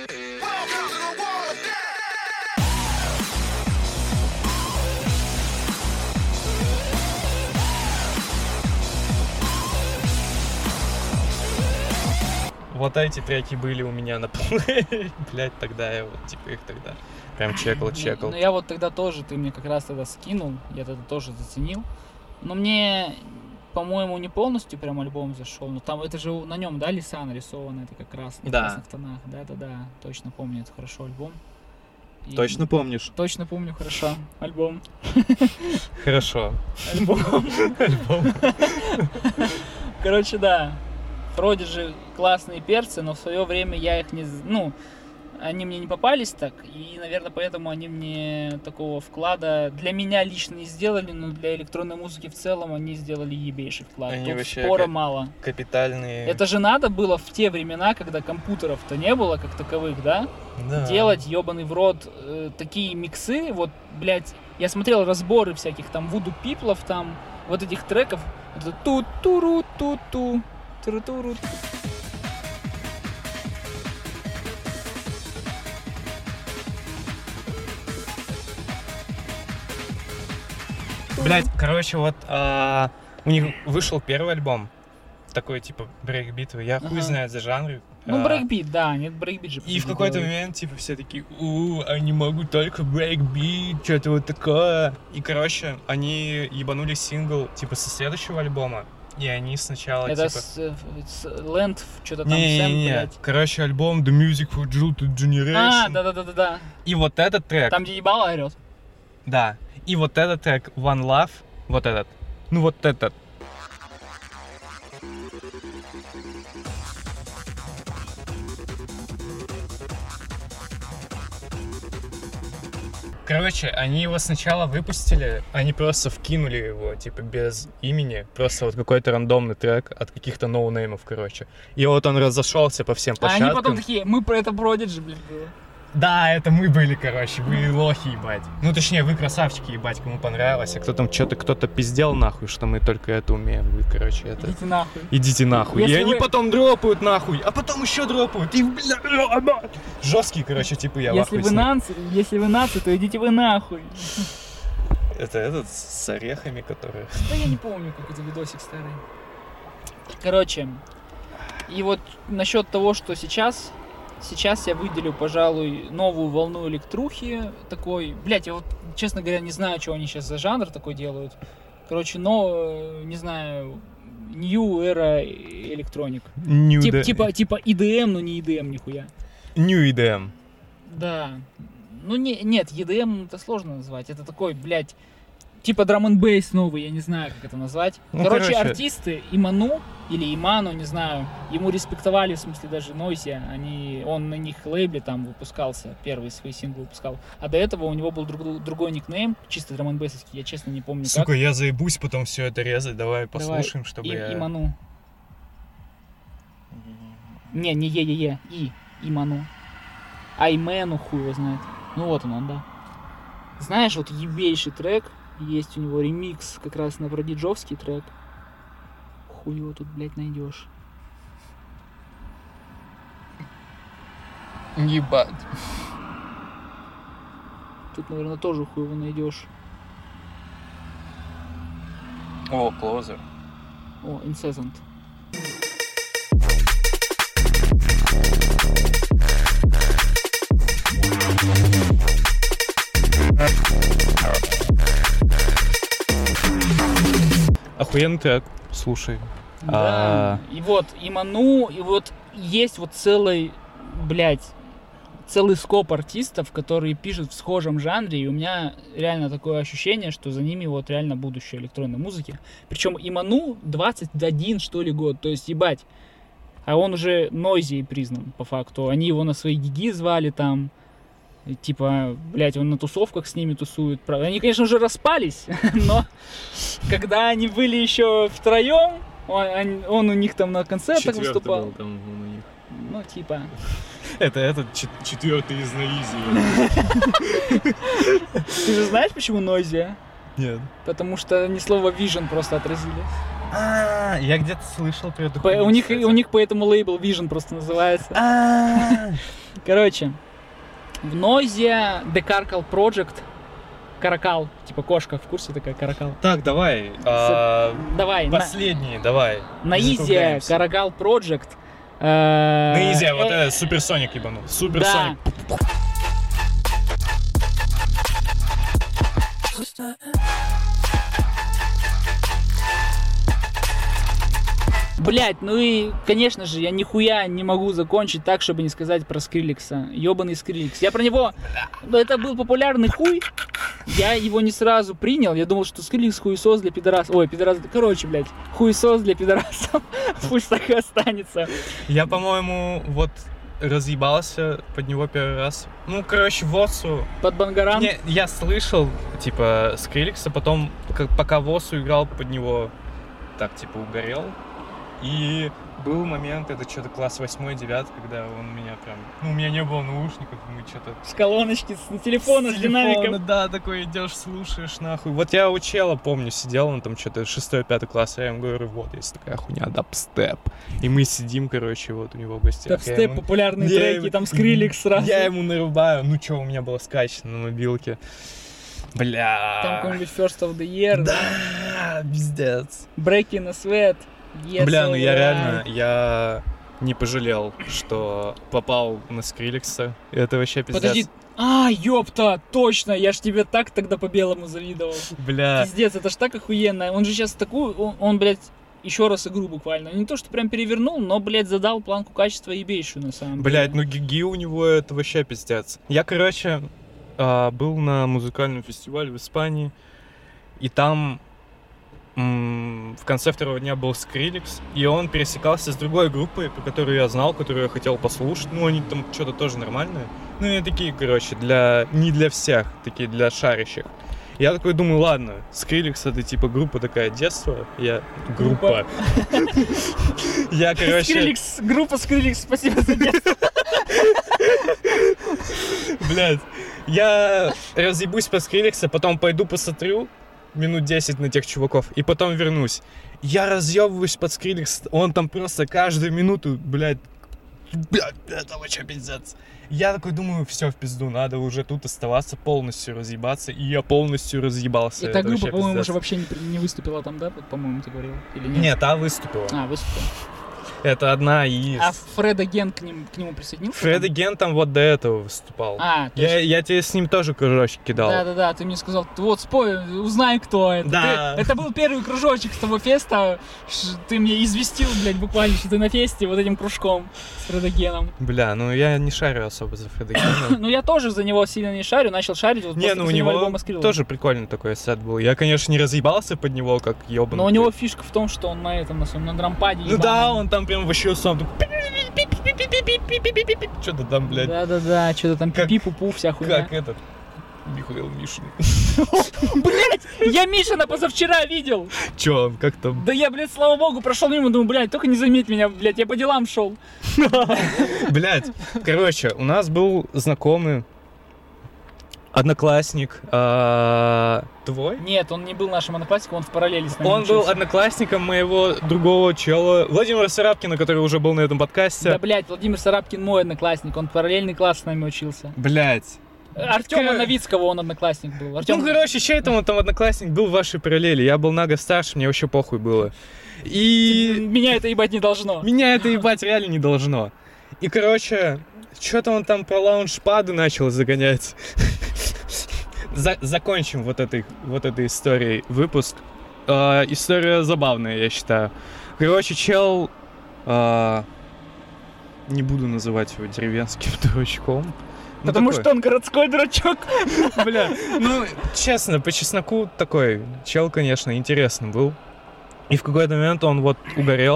A: Вот эти треки были у меня на плее. Блять, тогда я вот типа их тогда прям чекал, чекал.
B: Ну, я вот тогда тоже, ты мне как раз тогда скинул, я тогда тоже заценил. Но мне, по-моему, не полностью прям альбом зашел. Но там это же на нем, да, леса нарисованы, это как раз на
A: Да.
B: красных тонах. Да-да-да, точно помню, это хорошо альбом. И-
A: Точно помнишь?
B: Точно помню, хорошо. Альбом.
A: Хорошо.
B: Альбом.
A: Альбом.
B: Короче, да. Вроде же классные перцы, но в свое время я их не... з- Ну, они мне не попались так, и, наверное, поэтому они мне такого вклада для меня лично не сделали, но для электронной музыки в целом они сделали ебейший вклад.
A: Они
B: Тут
A: вообще
B: спора
A: как-
B: мало.
A: Капитальные.
B: Это же надо было в те времена, когда компьютеров-то не было как таковых, да?
A: Да.
B: Делать ебаный в рот э, такие миксы, вот, блядь, я смотрел разборы всяких там Вуду Пиплов, там, вот этих треков, это ту-туру-ту-ту, туру-туру.
A: Блять, короче, вот а, у них вышел первый альбом. Такой типа брейкбитовый. Я хуй
B: Ага.
A: знает за жанры.
B: Ну,
A: А,
B: брейкбит, да, нет, брейкбит же.
A: И в
B: по
A: какой-то
B: сути
A: момент, типа, все такие, у, они могут только брейкбит, что-то вот такое. И, короче, они ебанули сингл, типа, со следующего альбома. И они сначала,
B: Это
A: типа...
B: с, э, с Land, что-то там, Сэм,
A: Не-не-не,
B: блядь.
A: короче, альбом The Music for Jilted Generation.
B: А, да-да-да-да-да.
A: И вот этот трек,
B: Там, где ебало орёт.
A: да. И вот этот трек One Love, вот этот. Ну вот этот. Короче, они его сначала выпустили, они просто вкинули его, типа, без имени, просто вот какой-то рандомный трек от каких-то ноунеймов, короче. И вот он разошелся по всем
B: А
A: площадкам.
B: они потом такие, мы про это Prodigy, блин, было.
A: Да, это мы были, короче, вы лохи, ебать. Ну, точнее, вы красавчики, ебать, кому понравилось. А кто там что-то кто-то пиздел, нахуй, что мы только это умеем. Вы, короче, это...
B: Идите нахуй.
A: Идите нахуй.
B: Если
A: и они
B: вы-
A: потом дропают нахуй, а потом еще дропают. И, бля, жесткие, короче, типа я в
B: Если
A: ахуе
B: вы
A: с них.
B: нанцы, если вы нации, то идите вы нахуй.
A: Это этот с орехами, которые...
B: Да я не помню, как это видосик старый. Короче, и вот насчет того, что сейчас, сейчас я выделю, пожалуй, новую волну электрухи такой. Блять, я вот, честно говоря, не знаю, что они сейчас за жанр такой делают. Короче, но, э, не знаю, New Era Electronic.
A: New
B: Тип-
A: D-
B: типа, типа и ди эм, но не и ди эм нихуя.
A: New и ди эм.
B: Да. Ну не, нет, и ди эм это сложно назвать. Это такой, блядь, типа драм н бейс новый, я не знаю, как это назвать.
A: Ну,
B: короче,
A: короче.
B: артисты Иману или Иману, не знаю, ему респектовали, в смысле даже Нойзи, они, он на них лейбле там выпускался, первый свой сингл выпускал. А до этого у него был друг- другой никнейм, чисто драм н бейсовский, я честно не помню
A: Сука, я заебусь потом все это резать. Давай
B: как.
A: послушаем,
B: Давай,
A: чтобы
B: И-
A: я...
B: Иману. Не, не е-е-е, и, Иману. Аймену хуй его знает. Ну вот он, он, да. Знаешь, вот ебейший трек, есть у него ремикс как раз на продиджовский трек. Хуй его тут, блядь, найдешь.
A: Ебать.
B: Тут, наверное, тоже хуй его найдешь.
A: О, Closer.
B: О, Incessant.
A: Охуенный трек, слушай.
B: Да.
A: А.
B: И вот Иману, и вот есть вот целый, блядь, целый скоп артистов, которые пишут в схожем жанре, и у меня реально такое ощущение, что за ними вот реально будущее электронной музыки. Причем Иману двадцать один, что ли, год, то есть, ебать, а он уже Нойзи признан, по факту. Они его на свои гиги звали там, И, типа, блядь, он на тусовках с ними тусует. Правда. Они, конечно, уже распались, но когда они были еще втроем, он, он у них там на концертах выступал.
A: Был там он у них.
B: Ну, типа...
A: Это этот четвертый из Noisia.
B: Ты же знаешь, почему Noisia?
A: Нет.
B: Потому что ни слова Vision просто отразили.
A: А, я где-то слышал про эту
B: По-
A: хуйню,
B: у них
A: кстати.
B: у них поэтому лейбл Vision просто называется.
A: А,
B: Короче, в Noisia The Carcal Project, Каракал, типа кошка, в курсе такая Каракал?
A: Так, давай. а,
B: Давай, на,
A: Последний, давай.
B: на Noisia
A: Закругляемся.
B: Каракал Project. э,
A: Noisia, вот
B: э,
A: это Суперсоник ебанул.
B: Да.
A: Суперсоник.
B: Блять, ну и, конечно же, я нихуя не могу закончить так, чтобы не сказать про Скриллекса. Ёбаный Скриллекс. Я про него... Ну, это был популярный хуй. Я его не сразу принял. Я думал, что Скриллекс хуесос для пидорасов. Ой, пидорас... Короче, блядь, хуесос для пидорасов. Пусть так и останется.
A: Я, по-моему, вот разъебался под него первый раз. Ну, короче, Восу.
B: Под Бангаран.
A: Не, я слышал, типа, Скриллекса, потом, как, пока Восу играл под него, так, типа, угорел. И был момент, это что-то класс восьмой, девятый, когда он меня прям... Ну, у меня не было наушников, мы что-то...
B: С колоночки, с телефона, с,
A: С
B: динамиком.
A: телефона, да, такой идешь, слушаешь, нахуй. Вот я у чела, помню, сидел, он там что-то шестой-пятый класс, я ему говорю, вот, есть такая хуйня, дабстеп. И мы сидим, короче, вот у него в гостях. Я
B: Дабстеп,
A: ему-
B: популярные
A: Я
B: треки,
A: ему-
B: там Скриллекс сразу.
A: Я ему нарубаю, ну что, у меня было скачано на мобилке. Бля.
B: Там какой-нибудь First of the Year.
A: Да, пиздец.
B: Breaking a Sweat. Yes,
A: Бля, ну я
B: alright.
A: реально, я не пожалел, что попал на Скриллекса. Это вообще пиздец.
B: Подожди. А, ёпта, точно, я ж тебе так тогда по белому завидовал.
A: Бля.
B: Пиздец, это ж так охуенно. Он же сейчас такую, он, он, блядь, еще раз игру буквально. Не то, что прям перевернул, но, блядь, задал планку качества ебейшую на самом деле.
A: Блядь, ну гиги у него это вообще пиздец. Я, короче, а, был на музыкальном фестивале в Испании, и там м, в конце второго дня был Скриллекс, и он пересекался с другой группой, про которую я знал, которую я хотел послушать. Ну, они там что-то тоже нормальные. Ну, и такие, короче, для... не для всех, такие для шарящих. Я такой думаю, ладно, Скриллекс это типа группа такая детства. Я... Группа. Я, короче...
B: Скриллекс, группа Скриллекс, спасибо за детство.
A: Блядь, я разъебусь по Скриллекса, потом пойду посмотрю минут десять на тех чуваков, и потом вернусь. Я разъебываюсь под Скриллекс, он там просто каждую минуту, блядь, блядь, это вообще пиздец. Я такой думаю, все, в пизду, надо уже тут оставаться, полностью разъебаться, и я полностью разъебался.
B: Эта
A: это
B: группа,
A: вообще
B: по-моему,
A: пиздец.
B: уже вообще не, при- не выступила там, да? Вот, по-моему, ты говорил. Или нет?
A: Нет, а выступила.
B: А, выступила.
A: Это одна из...
B: А Фред Аген к, ним, к нему присоединился?
A: Фред
B: там?
A: Ген там вот до этого выступал.
B: А, то
A: я,
B: есть-
A: я тебе с ним тоже кружочек кидал.
B: Да-да-да, ты мне сказал, вот спой, узнай, кто это.
A: Да.
B: Ты- это был первый кружочек с того феста. Ш- Ты мне известил, блядь, буквально, что ты на фесте вот этим кружком с Фредогеном.
A: Бля, ну я не шарю особо за Фреда Гена.
B: Ну, я тоже за него сильно не шарю, начал шарить вот
A: Не,
B: после
A: ну у
B: последнего
A: него
B: альбома Скрилла.
A: тоже прикольный такой сет был. Я, конечно, не разъебался под него, как ёбаный.
B: Но у него фишка в том, что он на этом, на своем, на дрампаде
A: Ну да, он там прям вообще сам что-то там, блядь,
B: Да-да-да, что-то там
A: Как-
B: пипи-пупу, вся хуйня.
A: как этот Михаил Мишин.
B: Блядь, я Мишина позавчера видел.
A: Чё он, как там?
B: Да я, блядь, слава богу, прошел мимо, думаю, блядь, только не заметь меня, блядь, я по делам шел.
A: Блядь, короче, у нас был знакомый одноклассник а, твой?
B: Нет, он не был нашим одноклассником, он в параллели с нами
A: Он был
B: учился.
A: одноклассником моего другого чела, Владимира Сарапкина, который уже был на этом подкасте.
B: Да, блядь, Владимир Сарапкин мой одноклассник, он в параллельный класс с нами учился.
A: Блядь.
B: Артема
A: Кор-
B: Новицкого он одноклассник был. Артём...
A: Ну, короче, чей там он там одноклассник был в вашей параллели. Я был нага старше, мне вообще похуй было. И
B: Меня это ебать не должно.
A: меня это ебать реально не должно. И, короче, что-то он там про лаунжпады начал загонять. За- закончим вот этой, вот этой историей выпуск. Э, история забавная, я считаю. Короче, чел... э, не буду называть его деревенским дурачком. Ну,
B: Потому
A: такой.
B: что он городской дурачок.
A: Бля, ну, честно, по чесноку такой чел, конечно, интересный был. И в какой-то момент он вот угорел,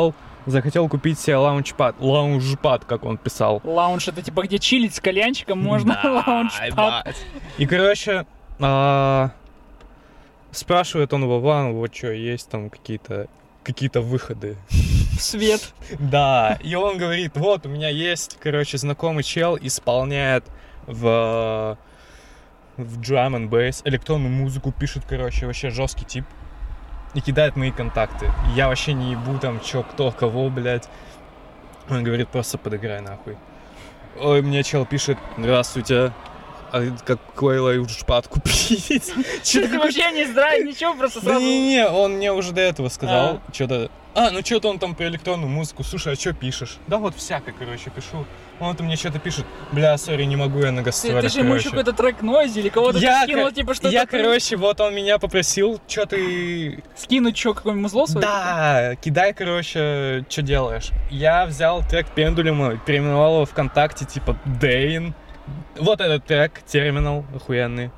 A: захотел купить себе лаунчпад. Лаунжпад, как он писал.
B: Лаунж это типа где чилить с кальянчиком можно.
A: Да,
B: Лаунжпад.
A: ебать. И, короче, а, спрашивает он Вован, вот что, есть там какие-то какие-то выходы.
B: Свет.
A: Да, и он говорит, вот, у меня есть, короче, знакомый чел, исполняет в, в drum and bass, электронную музыку пишет, короче, вообще жесткий тип. И кидает мои контакты. Я вообще не ебу там, чё, кто, кого, блядь. Он говорит, просто подыграй нахуй. Ой, мне чел пишет, здравствуйте, а какой лаунчпад купить?
B: Ты вообще не знаю, ничего, просто
A: Да
B: сразу...
A: не-не, он мне уже до этого сказал, что-то... А, ну что-то он там про электронную музыку. Слушай, а что пишешь? Да вот всякое, короче, пишу. Он-то мне что-то пишет. Бля, сори, не могу я на
B: Ты,
A: гастролях,
B: ты же ему еще
A: короче.
B: какой-то трек нойзи или кого-то
A: Я,
B: скинул,
A: ко-
B: типа что-то...
A: я,
B: ты-
A: короче, вот он меня попросил, что ты...
B: Скинуть что, какое-нибудь музло свое?
A: Да, кидай, короче, что делаешь. Я взял трек Пендулема, переименовал его ВКонтакте, типа, Дейн. Вот этот трек, Терминал, охуенный.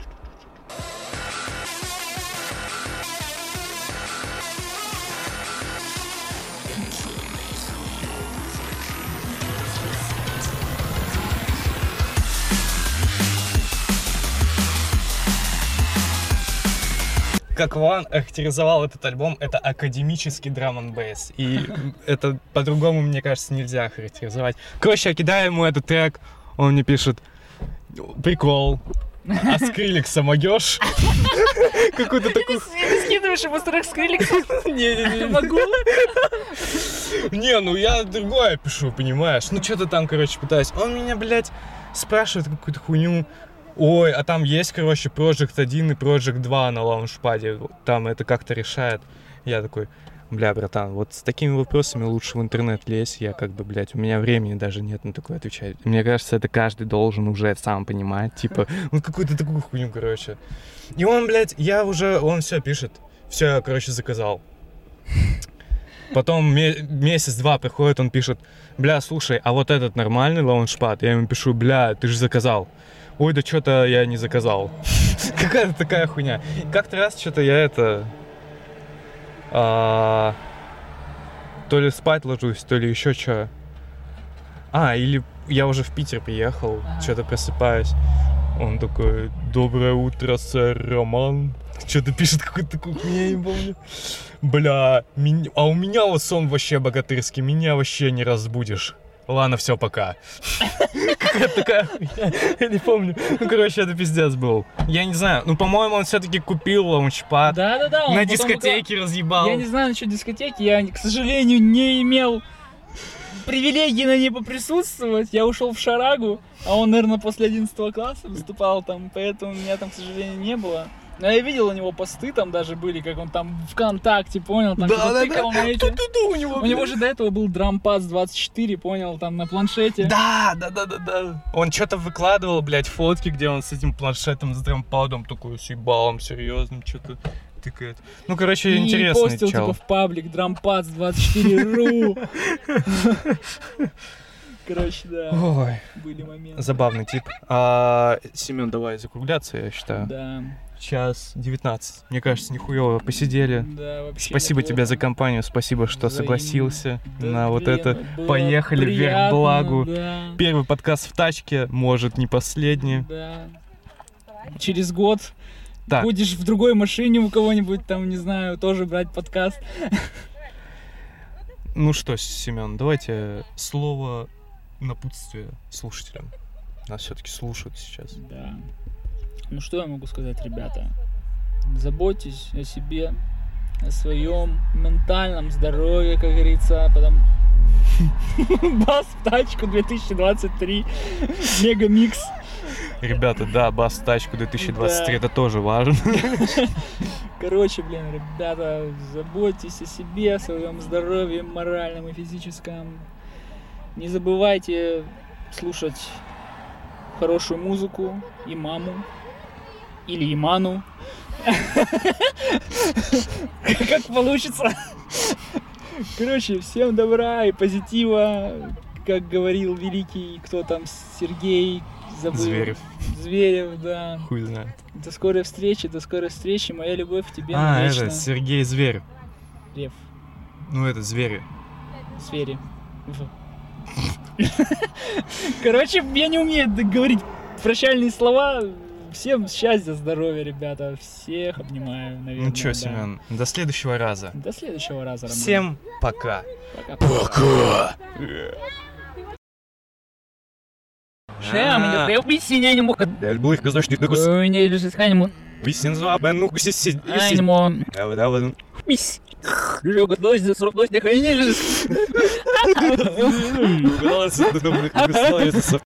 A: Как Ван охарактеризовал этот альбом, это академический драм н бейс. И это по-другому, мне кажется, нельзя охарактеризовать. Короче, я кидаю ему этот трек, он мне пишет, прикол, а Скриллекса могёшь? Какую-то такую...
B: Ты скидываешь ему трек Скриллекса?
A: Не-не-не.
B: Могу?
A: Не, ну я другое пишу, понимаешь? Ну что-то там, короче, пытаюсь. Он меня, блядь, спрашивает какую-то хуйню. Ой, а там есть, короче, Project один и Project два на лаунчпаде. Там это как-то решает. Я такой, бля, братан, вот с такими вопросами лучше в интернет лезь. Я как бы, блядь, у меня времени даже нет на такое отвечать. Мне кажется, это каждый должен уже сам понимать. Типа, вот какую-то такую хуйню, короче. И он, блядь, я уже, он все пишет. Все, я, короче, заказал. Потом ме- месяц-два приходит, он пишет, бля, слушай, а вот этот нормальный лаунчпад? Я ему пишу, бля, ты же заказал. Ой, да что-то я не заказал. Какая-то такая хуйня. Как-то раз что-то я это... а, то ли спать ложусь, то ли еще что. А, или я уже в Питер приехал, что-то просыпаюсь. Он такой, доброе утро, сэр Роман. Что-то пишет какую-то такую хуйню, я не помню. Бля, меня... а у меня вот сон вообще богатырский, меня вообще не разбудишь. Ладно, все, пока. Какая-то такая хуйня, я не помню. Ну, короче, это пиздец был. Я не знаю, ну, по-моему, он все-таки купил лаунчпад.
B: Да-да-да. он
A: На
B: потом
A: дискотеке разъебал.
B: Я не знаю насчет дискотеки, я, к сожалению, не имел привилегии на ней поприсутствовать. Я ушел в Шарагу, а он, наверное, после одиннадцатого класса выступал там, поэтому меня там, к сожалению, не было. Но я видел у него посты, там даже были, как он там ВКонтакте, понял, там что-то тыкал на эти.
A: Ту-ту-ту у него,
B: У него же до этого был дрампад двадцать четыре, понял, там на планшете.
A: Да, да, да, да, да. Он что-то выкладывал, блядь, фотки, где он с этим планшетом, с дрампадом, такой с ебалом серьезным, что-то тыкает. Ну, короче,
B: И
A: интересный
B: постил
A: чел.
B: типа в паблик дрампад двадцать четыре ру. Короче, да,
A: Ой,
B: были моменты.
A: забавный тип. А, Семен, давай закругляться, я считаю.
B: Да,
A: Час девятнадцать. Мне кажется, нихуево посидели.
B: да, вообще
A: Спасибо тебе за
B: неплохо.
A: компанию, спасибо, что
B: Взаимно.
A: согласился
B: Да,
A: на вот
B: блин,
A: это.
B: было
A: Поехали вверх
B: приятно,
A: благу.
B: Да,
A: Первый подкаст в тачке, может, не последний.
B: да. Через год
A: Так.
B: будешь в другой машине у кого-нибудь там, не знаю, тоже брать подкаст.
A: Ну что, Семен, давайте слово напутствие слушателям. Нас все-таки слушают сейчас.
B: Да. Ну что я могу сказать, ребята? Заботьтесь о себе, о своем ментальном здоровье, как говорится, потом... Бас в тачку две тысячи двадцать три, мегамикс.
A: Ребята, да, бас в тачку две тысячи двадцать три,
B: Да.
A: это тоже важно.
B: Короче, блин, ребята, заботьтесь о себе, о своем здоровье моральном и физическом. Не забывайте слушать хорошую музыку и маму. Или Иману. Как получится. Короче, всем добра и позитива. Как говорил великий, кто там, Сергей, забыл.
A: Зверев.
B: Зверев, да.
A: Хуй знает.
B: До скорой встречи, до скорой встречи. Моя любовь к тебе
A: А,
B: навечно.
A: это Сергей Зверь.
B: Лев.
A: Ну, это Звери.
B: сфере. В. Короче, я не умею говорить прощальные слова. Всем счастья, здоровья, ребята. Всех обнимаю, наверное.
A: Ну чё,
B: да.
A: Семен, до следующего раза.
B: До следующего раза, Роман.
A: Всем пока.
B: Пока. Шам, я объяснение не мог.
A: Альбух, казаш, ты такой...
B: Ой, не лежит, ханему.
A: Висензу, ну куси
B: Анимо.
A: Да, да, да.
B: Мисс. Лёга, дождь, срок, дождь, не лежит.
A: Голос, ты думаешь,